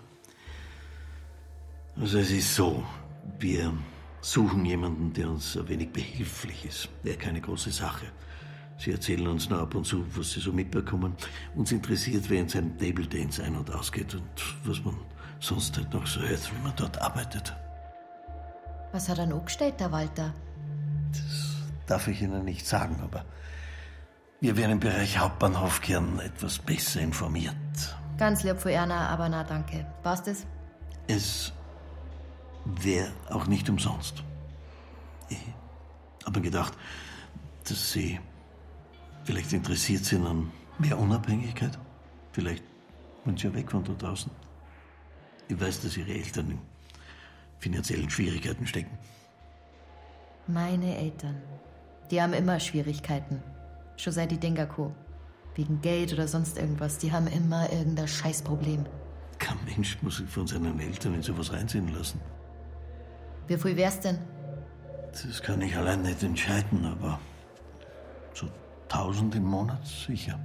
Also es ist so, wir suchen jemanden, der uns ein wenig behilflich ist. Wäre keine große Sache. Sie erzählen uns nur ab und zu, was Sie so mitbekommen. Uns interessiert, wer in seinem Table Dance ein- und ausgeht und was man sonst halt noch so hört, wenn man dort arbeitet. Was hat er denn angestellt, der Walter? Das darf ich Ihnen nicht sagen, aber wir wären im Bereich Hauptbahnhof gern etwas besser informiert. Ganz lieb von Erna, aber na danke. War's das? Es wäre auch nicht umsonst. Ich habe mir gedacht, dass Sie vielleicht interessiert sind an mehr Unabhängigkeit. Vielleicht wollen Sie ja weg von da draußen. Ich weiß, dass Ihre Eltern in finanziellen Schwierigkeiten stecken. Meine Eltern, die haben immer Schwierigkeiten. Schon seit die Dengako. Wegen Geld oder sonst irgendwas. Die haben immer irgendein Scheißproblem. Kein Mensch muss sich von seinen Eltern in sowas reinziehen lassen. Wie viel wär's denn? Das kann ich allein nicht entscheiden, aber so tausend im Monat sicher.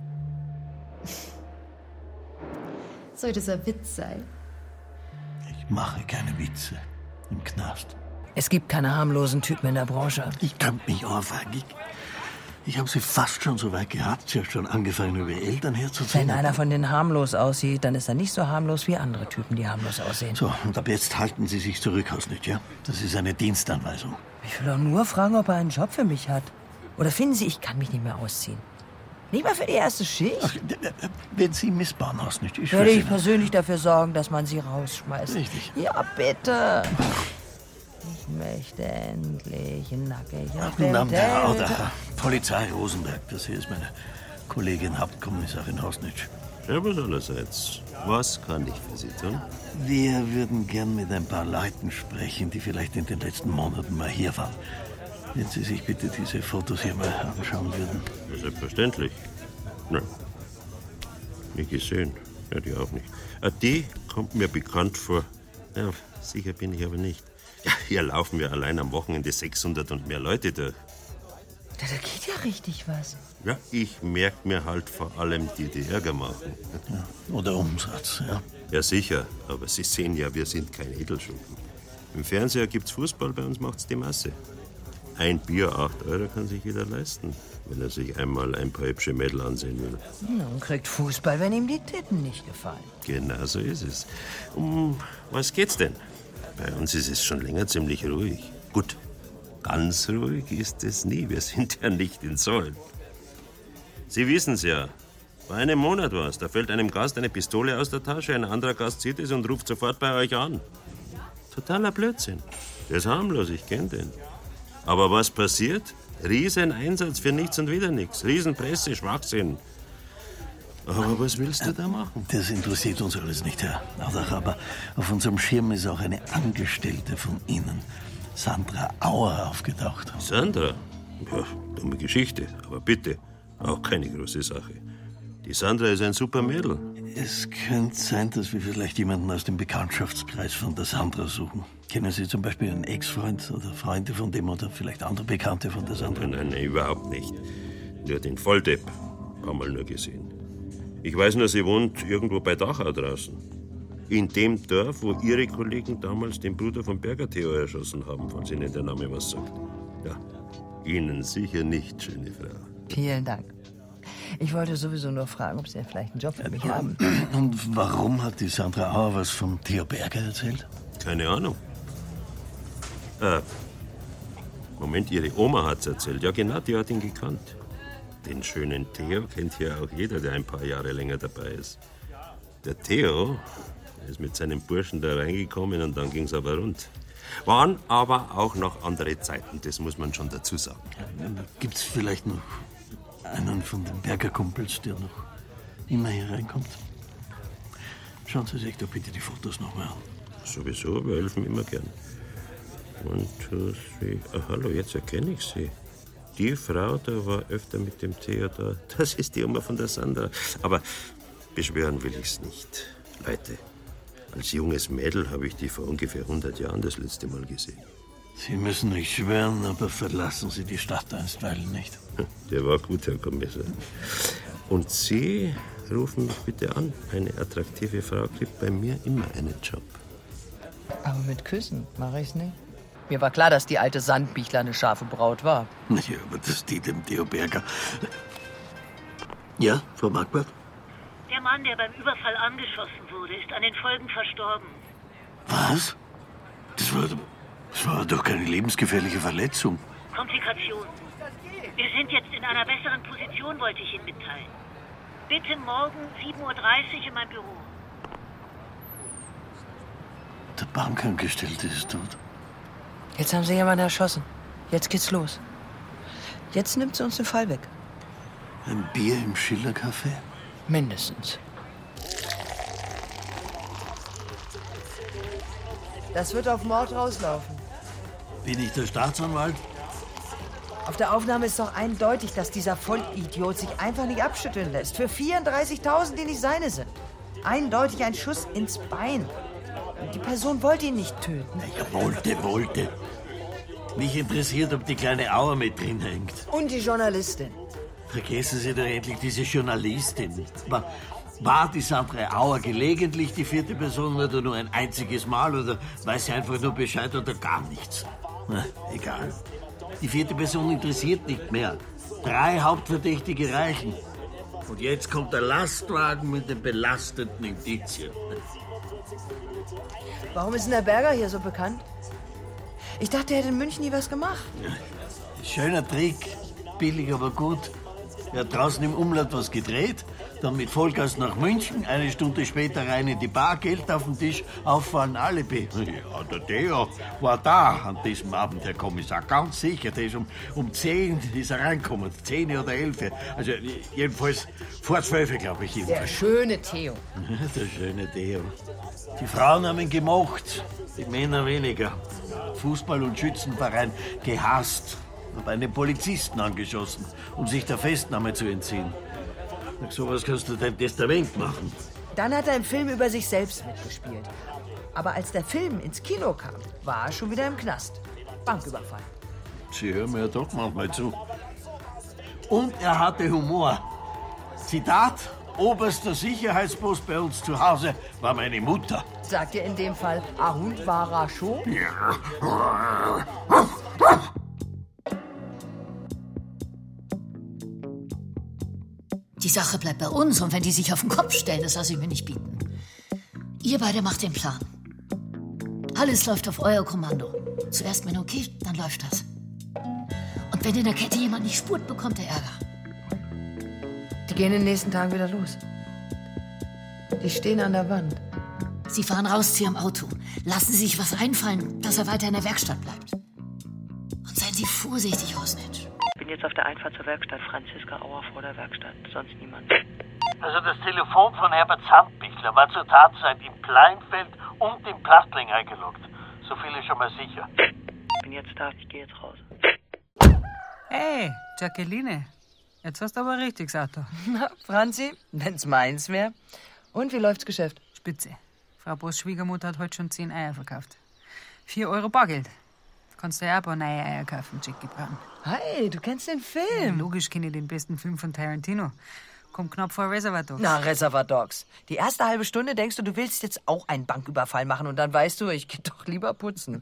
Soll das ein Witz sein? Ich mache keine Witze im Knast. Es gibt keine harmlosen Typen in der Branche. Ich kann mich aufwagen. Ich, ich habe sie fast schon so weit gehabt. Sie hat schon angefangen, über ihre Eltern herzuziehen. Wenn einer von denen harmlos aussieht, dann ist er nicht so harmlos wie andere Typen, die harmlos aussehen. So, und ab jetzt halten Sie sich zurück, Hausnitsch, ja? Das ist eine Dienstanweisung. Ich will doch nur fragen, ob er einen Job für mich hat. Oder finden Sie, ich kann mich nicht mehr ausziehen? Nicht mal für die erste Schicht? Ach, wenn Sie missbauen, Hausnitsch, ich Würde ich persönlich dafür sorgen, dass man Sie rausschmeißt. Richtig. Ja, bitte. Ich möchte endlich nackig auf Guten dem Abend, Herr Delta. Audacher. Polizei Rosenberg, das hier ist meine Kollegin Hauptkommissarin Hausnitsch. Servus allerseits. Was kann ich für Sie tun? Wir würden gern mit ein paar Leuten sprechen, die vielleicht in den letzten Monaten mal hier waren. Wenn Sie sich bitte diese Fotos hier mal anschauen würden. Ja, selbstverständlich. Nein. Nicht gesehen. Ja, die auch nicht. Ah, die kommt mir bekannt vor. Ja, sicher bin ich aber nicht. Ja, hier laufen wir allein am Wochenende sechshundert und mehr Leute da. Da, da geht ja richtig was. Ja, ich merke mir halt vor allem die, die Ärger machen. Ja, oder Umsatz, ja. Ja, sicher. Aber Sie sehen ja, wir sind kein Edelschunken. Im Fernseher gibt's Fußball, bei uns macht's die Masse. Ein Bier, acht Euro, kann sich jeder leisten, wenn er sich einmal ein paar hübsche Mädel ansehen will. Ja, und kriegt Fußball, wenn ihm die Titten nicht gefallen. Genau so ist es. Um was geht's denn? Bei uns ist es schon länger ziemlich ruhig. Gut, ganz ruhig ist es nie. Wir sind ja nicht in Soll. Sie wissen's ja. Vor einem Monat war's. Da fällt einem Gast eine Pistole aus der Tasche, ein anderer Gast sieht es und ruft sofort bei euch an. Totaler Blödsinn. Der ist harmlos, ich kenn den. Aber was passiert? Rieseneinsatz für nichts und wieder nichts. Riesenpresse, Schwachsinn. Aber was willst du da machen? Das interessiert uns alles nicht, Herr Audach, aber auf unserem Schirm ist auch eine Angestellte von Ihnen, Sandra Auer, aufgetaucht. Sandra? Ja, dumme Geschichte, aber bitte, auch keine große Sache. Die Sandra ist ein super Mädel. Es könnte sein, dass wir vielleicht jemanden aus dem Bekanntschaftskreis von der Sandra suchen. Kennen Sie zum Beispiel einen Ex-Freund oder Freunde von dem oder vielleicht andere Bekannte von der Sandra? Nein, nein, überhaupt nicht. Nur den Volldepp. Paar Mal nur gesehen. Ich weiß nur, sie wohnt irgendwo bei Dachau draußen. In dem Dorf, wo Ihre Kollegen damals den Bruder von Berger Theo erschossen haben, falls Ihnen der Name was sagt. Ja, Ihnen sicher nicht, schöne Frau. Vielen Dank. Ich wollte sowieso nur fragen, ob Sie vielleicht einen Job für mich haben. Und warum hat die Sandra Auer was von Theo Berger erzählt? Keine Ahnung. Äh, Moment, Ihre Oma hat's erzählt. Ja, genau, die hat ihn gekannt. Den schönen Theo kennt hier auch jeder, der ein paar Jahre länger dabei ist. Der Theo ist mit seinem Burschen da reingekommen und dann ging's aber rund. Waren aber auch noch andere Zeiten, das muss man schon dazu sagen. Gibt's vielleicht noch einen von den Berger-Kumpels, der noch immer hier reinkommt? Schauen Sie sich doch bitte die Fotos noch mal an. Sowieso, wir helfen immer gern. One, two, three. Ah, hallo, jetzt erkenne ich sie. Die Frau, da war öfter mit dem Theo da. Das ist die Oma von der Sandra. Aber beschwören will ich's nicht. Leute, als junges Mädel habe ich die vor ungefähr hundert Jahren das letzte Mal gesehen. Sie müssen nicht schwören, aber verlassen Sie die Stadt einstweilen nicht. Der war gut, Herr Kommissar. Und Sie rufen mich bitte an. Eine attraktive Frau kriegt bei mir immer einen Job. Aber mit Küssen mache ich's nicht. Mir war klar, dass die alte Sandbichler eine scharfe Braut war. Ja, aber das die dem Theo Berger. Ja, Frau Marquardt? Der Mann, der beim Überfall angeschossen wurde, ist an den Folgen verstorben. Was? Das war, das war doch keine lebensgefährliche Verletzung. Komplikation. Wir sind jetzt in einer besseren Position, wollte ich Ihnen mitteilen. Bitte morgen sieben Uhr dreißig in mein Büro. Der Bankangestellte ist tot. Jetzt haben sie jemanden erschossen. Jetzt geht's los. Jetzt nimmt sie uns den Fall weg. Ein Bier im Schiller-Café? Mindestens. Das wird auf Mord rauslaufen. Bin ich der Staatsanwalt? Auf der Aufnahme ist doch eindeutig, dass dieser Vollidiot sich einfach nicht abschütteln lässt. Für vierunddreißigtausend, die nicht seine sind. Eindeutig ein Schuss ins Bein. Die Person wollte ihn nicht töten. Ja, wollte, wollte. Mich interessiert, ob die kleine Auer mit drin hängt. Und die Journalistin. Vergessen Sie doch endlich diese Journalistin. War, war die Sandra Auer gelegentlich die vierte Person oder nur ein einziges Mal? Oder weiß sie einfach nur Bescheid oder gar nichts? Na, egal. Die vierte Person interessiert nicht mehr. Drei Hauptverdächtige reichen. Und jetzt kommt der Lastwagen mit den belastenden Indizien. Warum ist denn der Berger hier so bekannt? Ich dachte, er hätte in München nie was gemacht. Schöner Trick, billig, aber gut. Er hat draußen im Umland was gedreht, dann mit Vollgas nach München, eine Stunde später rein in die Bar, Geld auf den Tisch, auffallen, Alibi. Ja, der Theo war da an diesem Abend, Herr Kommissar, ganz sicher. Der ist um, um zehn ist er reingekommen, zehn oder elf. Also jedenfalls vor zwölf, glaube ich. Der schöne Theo. Der schöne Theo. Die Frauen haben ihn gemocht, die Männer weniger. Fußball- und Schützenverein gehasst. Habe einen Polizisten angeschossen, um sich der Festnahme zu entziehen. Nach sowas kannst du dein Testament machen. Dann hat er im Film über sich selbst mitgespielt. Aber als der Film ins Kino kam, war er schon wieder im Knast. Banküberfall. Sie hören mir ja doch manchmal zu. Und er hatte Humor. Zitat, oberster Sicherheitspost bei uns zu Hause war meine Mutter. Sagt ihr in dem Fall, a Hund war er schon? Ja. Die Sache bleibt bei uns und wenn die sich auf den Kopf stellen, das lasse ich mir nicht bieten. Ihr beide macht den Plan. Alles läuft auf euer Kommando. Zuerst wenn okay, dann läuft das. Und wenn in der Kette jemand nicht spurt, bekommt er Ärger. Die gehen in den nächsten Tagen wieder los. Die stehen an der Wand. Sie fahren raus zu ihrem Auto. Lassen Sie sich was einfallen, dass er weiter in der Werkstatt bleibt. Und seien Sie vorsichtig, Rosnitsch. Ich bin jetzt auf der Einfahrt zur Werkstatt. Franziska Auer vor der Werkstatt. Sonst niemand. Also das Telefon von Herbert Sandbichler war zur Tatzeit im Pleinfeld und im Plattling eingeloggt. So viel ist schon mal sicher. Ich bin jetzt da. Ich gehe jetzt raus. Hey, Jacqueline. Jetzt hast du aber richtig gesagt. Na, Franzi, wenn's meins wäre. Und wie läuft's Geschäft? Spitze. Frau Boss' Schwiegermutter hat heute schon zehn Eier verkauft. Vier Euro Bargeld. Kannst du ja auch ein paar neue Eier kaufen, Jackie Brown. Hey, du kennst den Film. Ja, logisch kenne ich den besten Film von Tarantino. Kommt knapp vor Reservoir Dogs. Na, Reservoir Dogs. Die erste halbe Stunde denkst du, du willst jetzt auch einen Banküberfall machen und dann weißt du, ich geh doch lieber putzen.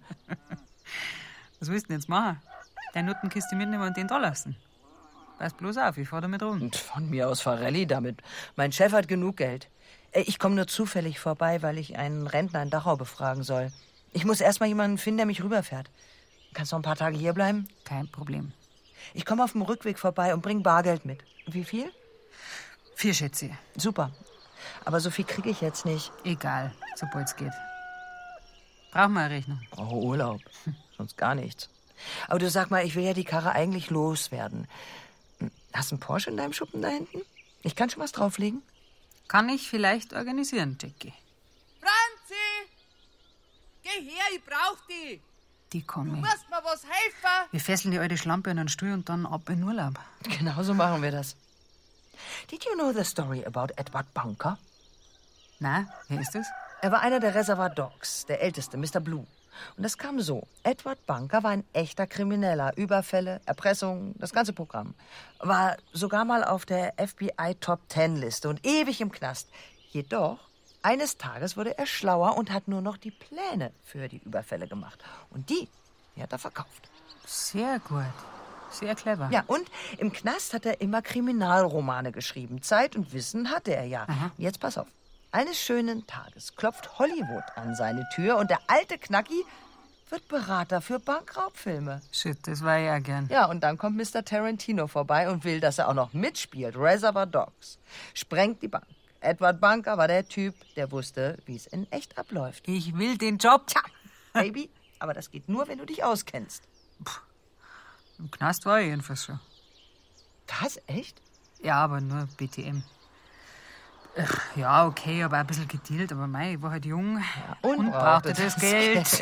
Was willst du denn jetzt machen? Deine Nuttenkiste mitnehmen und den da lassen? Pass bloß auf, ich fahr damit rum. Und von mir aus fahr Rallye damit. Mein Chef hat genug Geld. Ich komme nur zufällig vorbei, weil ich einen Rentner in Dachau befragen soll. Ich muss erst mal jemanden finden, der mich rüberfährt. Kannst du noch ein paar Tage hier bleiben? Kein Problem. Ich komme auf dem Rückweg vorbei und bring Bargeld mit. Wie viel? Vier Schätze. Super. Aber so viel kriege ich jetzt nicht. Egal, sobald's geht. Brauchen wir eine Rechnung? Brauche Urlaub. Sonst gar nichts. Aber du sag mal, ich will ja die Karre eigentlich loswerden. Hast du einen Porsche in deinem Schuppen da hinten? Ich kann schon was drauflegen. Kann ich vielleicht organisieren, Jackie. Franzi! Geh her, ich brauch die! Die kommen. Du musst mir was helfen! Wir fesseln die alte Schlampe an einen Stuhl und dann ab in Urlaub. Genau so machen wir das. Did you know the story about Edward Bunker? Na, wer ist das? Er war einer der Reservoir Dogs, der älteste, Mister Blue. Und das kam so. Edward Bunker war ein echter Krimineller. Überfälle, Erpressung, das ganze Programm. War sogar mal auf der F B I Top Ten Liste und ewig im Knast. Jedoch, eines Tages wurde er schlauer und hat nur noch die Pläne für die Überfälle gemacht. Und die, die hat er verkauft. Sehr gut. Sehr clever. Ja, und im Knast hat er immer Kriminalromane geschrieben. Zeit und Wissen hatte er ja. Aha. Jetzt pass auf. Eines schönen Tages klopft Hollywood an seine Tür und der alte Knacki wird Berater für Bankraubfilme. Shit, das war ja gern. Ja, und dann kommt Mister Tarantino vorbei und will, dass er auch noch mitspielt. Reservoir Dogs. Sprengt die Bank. Edward Bunker war der Typ, der wusste, wie es in echt abläuft. Ich will den Job. Tja, Baby, aber das geht nur, wenn du dich auskennst. Puh. Im Knast war ich jedenfalls schon. Was, echt? Ja, aber nur B T M. Ach, ja, okay, aber ein bisschen gedealt, aber mei, ich war halt jung ja, und, und brauchte das, das Geld.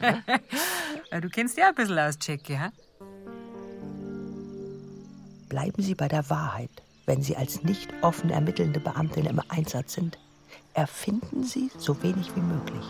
Du kennst ja ein bisschen aus, Jackie, ha? Bleiben Sie bei der Wahrheit, wenn Sie als nicht offen ermittelnde Beamtin im Einsatz sind. Erfinden Sie so wenig wie möglich.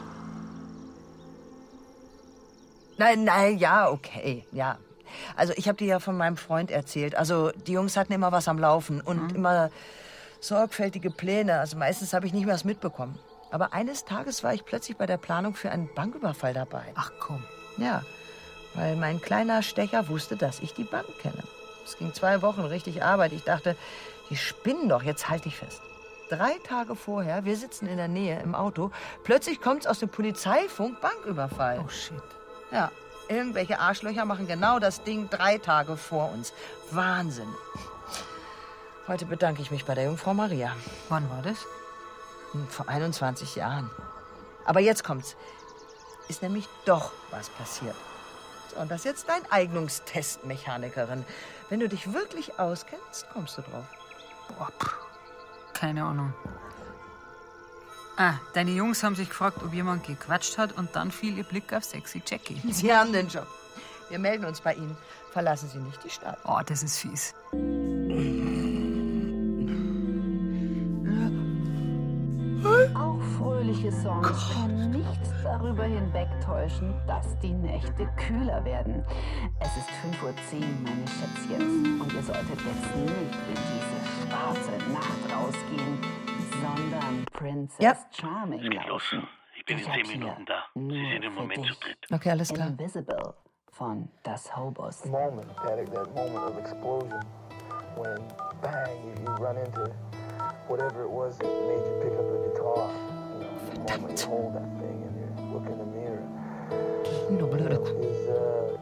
Nein, nein, ja, okay, ja. Also ich habe dir ja von meinem Freund erzählt. Also die Jungs hatten immer was am Laufen und mhm. immer sorgfältige Pläne. Also meistens habe ich nicht mehr was mitbekommen. Aber eines Tages war ich plötzlich bei der Planung für einen Banküberfall dabei. Ach komm. Ja, weil mein kleiner Stecher wusste, dass ich die Bank kenne. Es ging zwei Wochen richtig Arbeit. Ich dachte, die spinnen doch, jetzt halte ich fest. Drei Tage vorher, wir sitzen in der Nähe im Auto, plötzlich kommt's aus dem Polizeifunk, Banküberfall. Oh shit. Ja, irgendwelche Arschlöcher machen genau das Ding drei Tage vor uns. Wahnsinn. Heute bedanke ich mich bei der Jungfrau Maria. Wann war das? Vor einundzwanzig Jahren. Aber jetzt kommt's. Ist nämlich doch was passiert. So, und das ist jetzt dein Eignungstest, Mechanikerin. Wenn du dich wirklich auskennst, kommst du drauf. Boah, pff. Keine Ahnung. Ah, deine Jungs haben sich gefragt, ob jemand gequatscht hat und dann fiel ihr Blick auf sexy Jackie. Sie haben den Job. Wir melden uns bei Ihnen. Verlassen Sie nicht die Stadt. Oh, das ist fies. Auch fröhliche Songs können nicht darüber hinwegtäuschen, dass die Nächte kühler werden. Es ist fünf Uhr zehn, meine Schätzchen. Und ihr solltet jetzt nicht in diese schwarze Nacht rausgehen, sondern Princess ja. Charming es geht los. Ich bin in zehn Minuten da. Sie sind im Moment zu dritt. Okay, alles klar. Invisible von Das Hobos. Moment, that, that moment of explosion, when bang, you, you run into whatever it was that made you pick up the guitar. You know, the moment you hold that thing and you look in the mirror. Du blöde Kuh. Is, uh,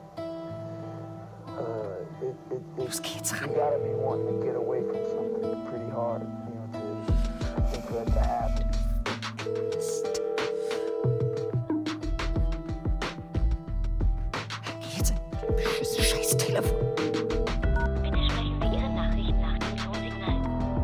uh, it, it, it, Los geht's ran. You gotta be wanting to get away from something pretty hard, you know, to, I think for that to happen. Jetzt ein scheiß Telefon. Bitte sprechen Sie Ihre Nachricht nach dem Tonsignal.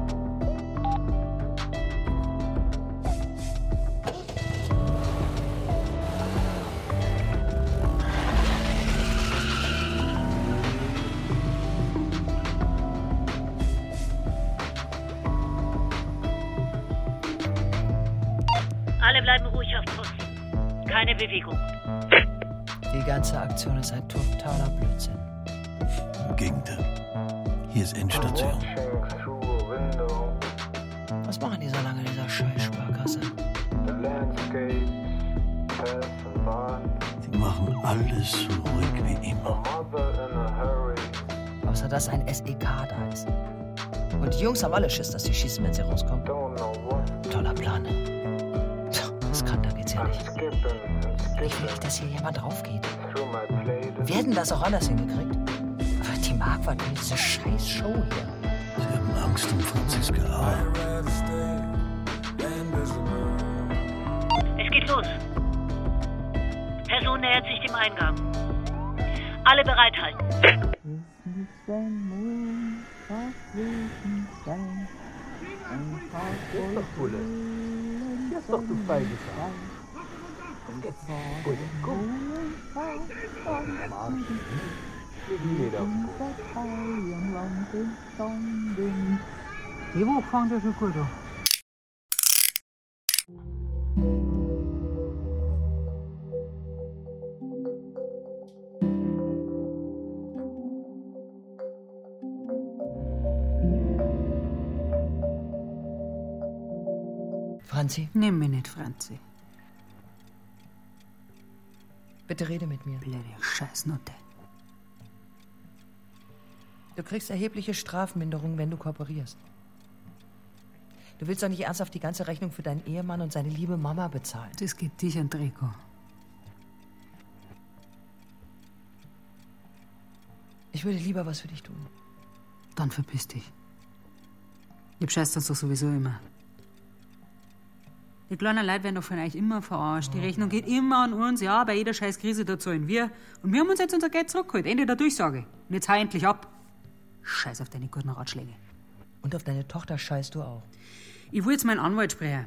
Alle bleiben ruhig auf Kurs. Keine Bewegung. Die ganze Aktion ist ein totaler Blödsinn. Im Gegenteil. Hier ist Endstation. Was machen die so lange in dieser Scheiß-Sparkasse? Die machen alles so ruhig wie immer. Außer dass ein S E K da ist. Und die Jungs haben alle Schiss, dass sie schießen, wenn sie rauskommen. Toller Plan. Das kann, da geht's ja nicht. Ich will nicht, dass hier jemand draufgeht. Wir hätten das auch anders hingekriegt. Aber die Marquardt will diese scheiß Show hier. Sie haben Angst um Franziska Auer. Es geht los. Person nähert sich dem Eingang. Alle bereithalten. Jetzt doch, Bulle. Jetzt doch, du feige Sau. Jetzt, Bulle, komm. Am Arsch. Leg ihn nicht auf den Boden. Die Woche fängt ja schon gut an. Franzi? Nimm mich nicht, Franzi. Bitte rede mit mir. Blöde Scheißnutte. Du kriegst erhebliche Strafminderung, wenn du kooperierst. Du willst doch nicht ernsthaft die ganze Rechnung für deinen Ehemann und seine liebe Mama bezahlen. Das geht dich an Trikot. Ich würde lieber was für dich tun. Dann verpiss dich. Ich scheiß das doch sowieso immer. Die kleinen Leute werden doch von euch immer verarscht. Die Rechnung geht immer an uns. Ja, bei jeder scheiß Krise da zahlen wir. Und wir haben uns jetzt unser Geld zurückgeholt. Ende der Durchsage. Und jetzt hau endlich ab. Scheiß auf deine guten Ratschläge. Und auf deine Tochter scheißt du auch. Ich will jetzt meinen Anwalt sprechen.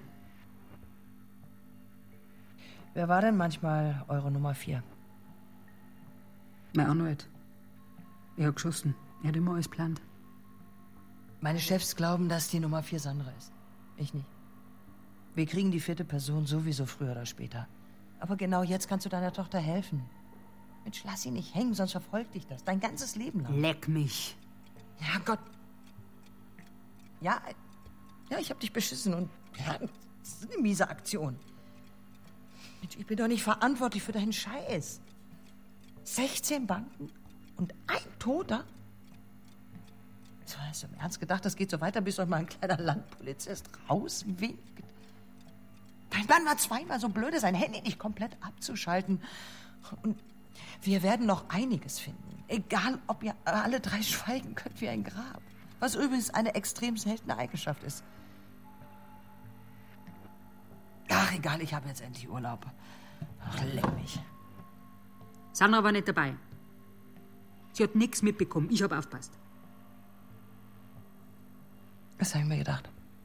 Wer war denn manchmal eure Nummer vier? Mein Anwalt. Er hat geschossen. Er hat immer alles geplant. Meine Chefs glauben, dass die Nummer vier Sandra ist. Ich nicht. Wir kriegen die vierte Person sowieso früher oder später. Aber genau jetzt kannst du deiner Tochter helfen. Mensch, lass sie nicht hängen, sonst verfolgt dich das. Dein ganzes Leben lang. Leck mich. Ja, Gott. Ja, ja, ich hab dich beschissen und ja, das ist eine miese Aktion. Mensch, ich bin doch nicht verantwortlich für deinen Scheiß. sechzehn Banken und ein Toter? So, hast du im Ernst gedacht, das geht so weiter, bis euch mal ein kleiner Landpolizist rauswinkt? Dein Mann war zweimal so blöd, sein Handy nicht komplett abzuschalten. Und wir werden noch einiges finden. Egal, ob ihr alle drei schweigen könnt wie ein Grab. Was übrigens eine extrem seltene Eigenschaft ist. Ach, egal, ich habe jetzt endlich Urlaub. Ach, leck mich. Sandra war nicht dabei. Sie hat nichts mitbekommen. Ich habe aufgepasst. Was habe ich mir gedacht?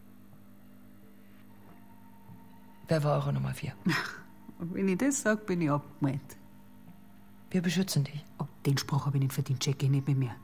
Wer war eure Nummer vier? Wenn ich das sage, bin ich abgemeldet. Wir beschützen dich. Oh, den Spruch habe ich nicht verdient. Check ich nicht mit mir.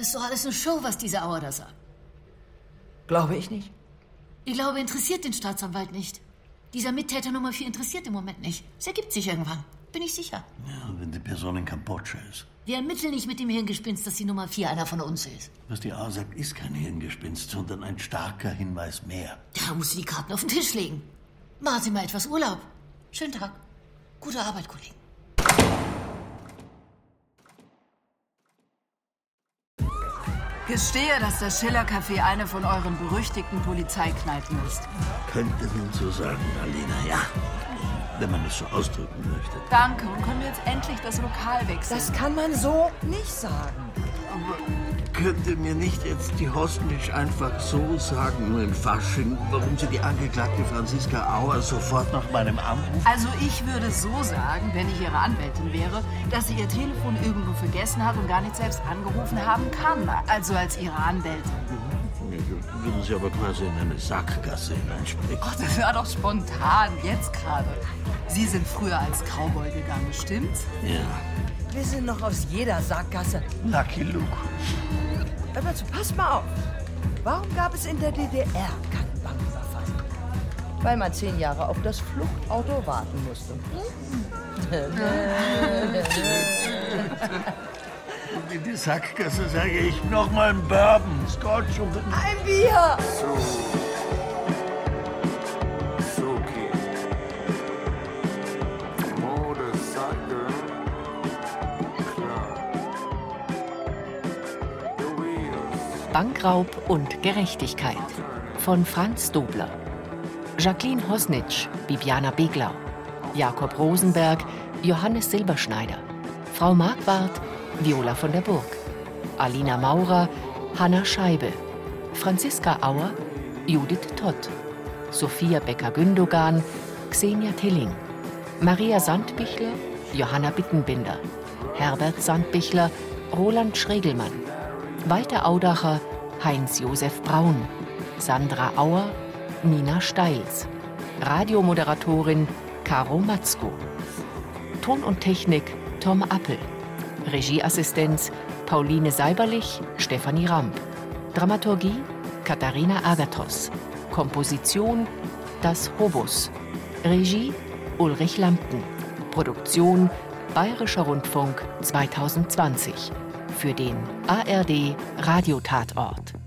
Das ist doch alles eine Show, was diese Auer da sagt. Glaube ich nicht. Ich glaube, interessiert den Staatsanwalt nicht. Dieser Mittäter Nummer vier interessiert im Moment nicht. Es ergibt sich irgendwann, bin ich sicher. Ja, wenn die Person in Kambodscha ist. Wir ermitteln nicht mit dem Hirngespinst, dass die Nummer vier einer von uns ist. Was die A sagt, ist kein Hirngespinst, sondern ein starker Hinweis mehr. Da musst du die Karten auf den Tisch legen. Machen Sie mal etwas Urlaub. Schönen Tag. Gute Arbeit, Kollegen. Gestehe, dass das Schiller-Café eine von euren berüchtigten Polizeikneipen ist. Könnte man so sagen, Alina, ja. Wenn man es so ausdrücken möchte. Danke. Und können wir jetzt endlich das Lokal wechseln? Das kann man so nicht sagen. Aber könnte mir nicht jetzt die Hosnisch einfach so sagen, nur in Fasching, warum sie die Angeklagte Franziska Auer sofort nach meinem Anruf... Also ich würde so sagen, wenn ich ihre Anwältin wäre, dass sie ihr Telefon irgendwo vergessen hat und gar nicht selbst angerufen haben kann. Also als ihre Anwältin. Würden Sie aber quasi in eine Sackgasse hineinspringen. Oh, das war doch spontan, jetzt gerade. Sie sind früher als Cowboy gegangen, stimmt's? Ja. Wir sind noch aus jeder Sackgasse. Lucky Luke. Aber zu, pass mal auf. Warum gab es in der D D R keinen Banküberfall? Weil man zehn Jahre auf das Fluchtauto warten musste. Und in die Sackgasse sage ich noch mal ein Bourbon, Scotch und ein Bier. So. So geht. Motorcycle. Klar. The wheels. Bankraub und Gerechtigkeit von Franz Dobler. Jacqueline Hosnitsch, Bibiana Beglau. Jakob Rosenberg, Johannes Silberschneider. Frau Marquardt, Viola von der Burg. Alina Maurer, Hanna Scheibe. Franziska Auer, Judith Tott. Sophia Becker-Gündogan, Xenia Tilling. Maria Sandbichler, Johanna Bittenbinder. Herbert Sandbichler, Roland Schregelmann. Walter Audacher, Heinz-Josef Braun. Sandra Auer, Nina Steils. Radiomoderatorin Caro Matzko. Ton und Technik Tom Appel. Regieassistenz Pauline Seiberlich, Stefanie Ramp. Dramaturgie Katharina Agathos. Komposition Das Hobus. Regie Ulrich Lampen. Produktion Bayerischer Rundfunk zweitausendzwanzig. Für den A R D Radiotatort.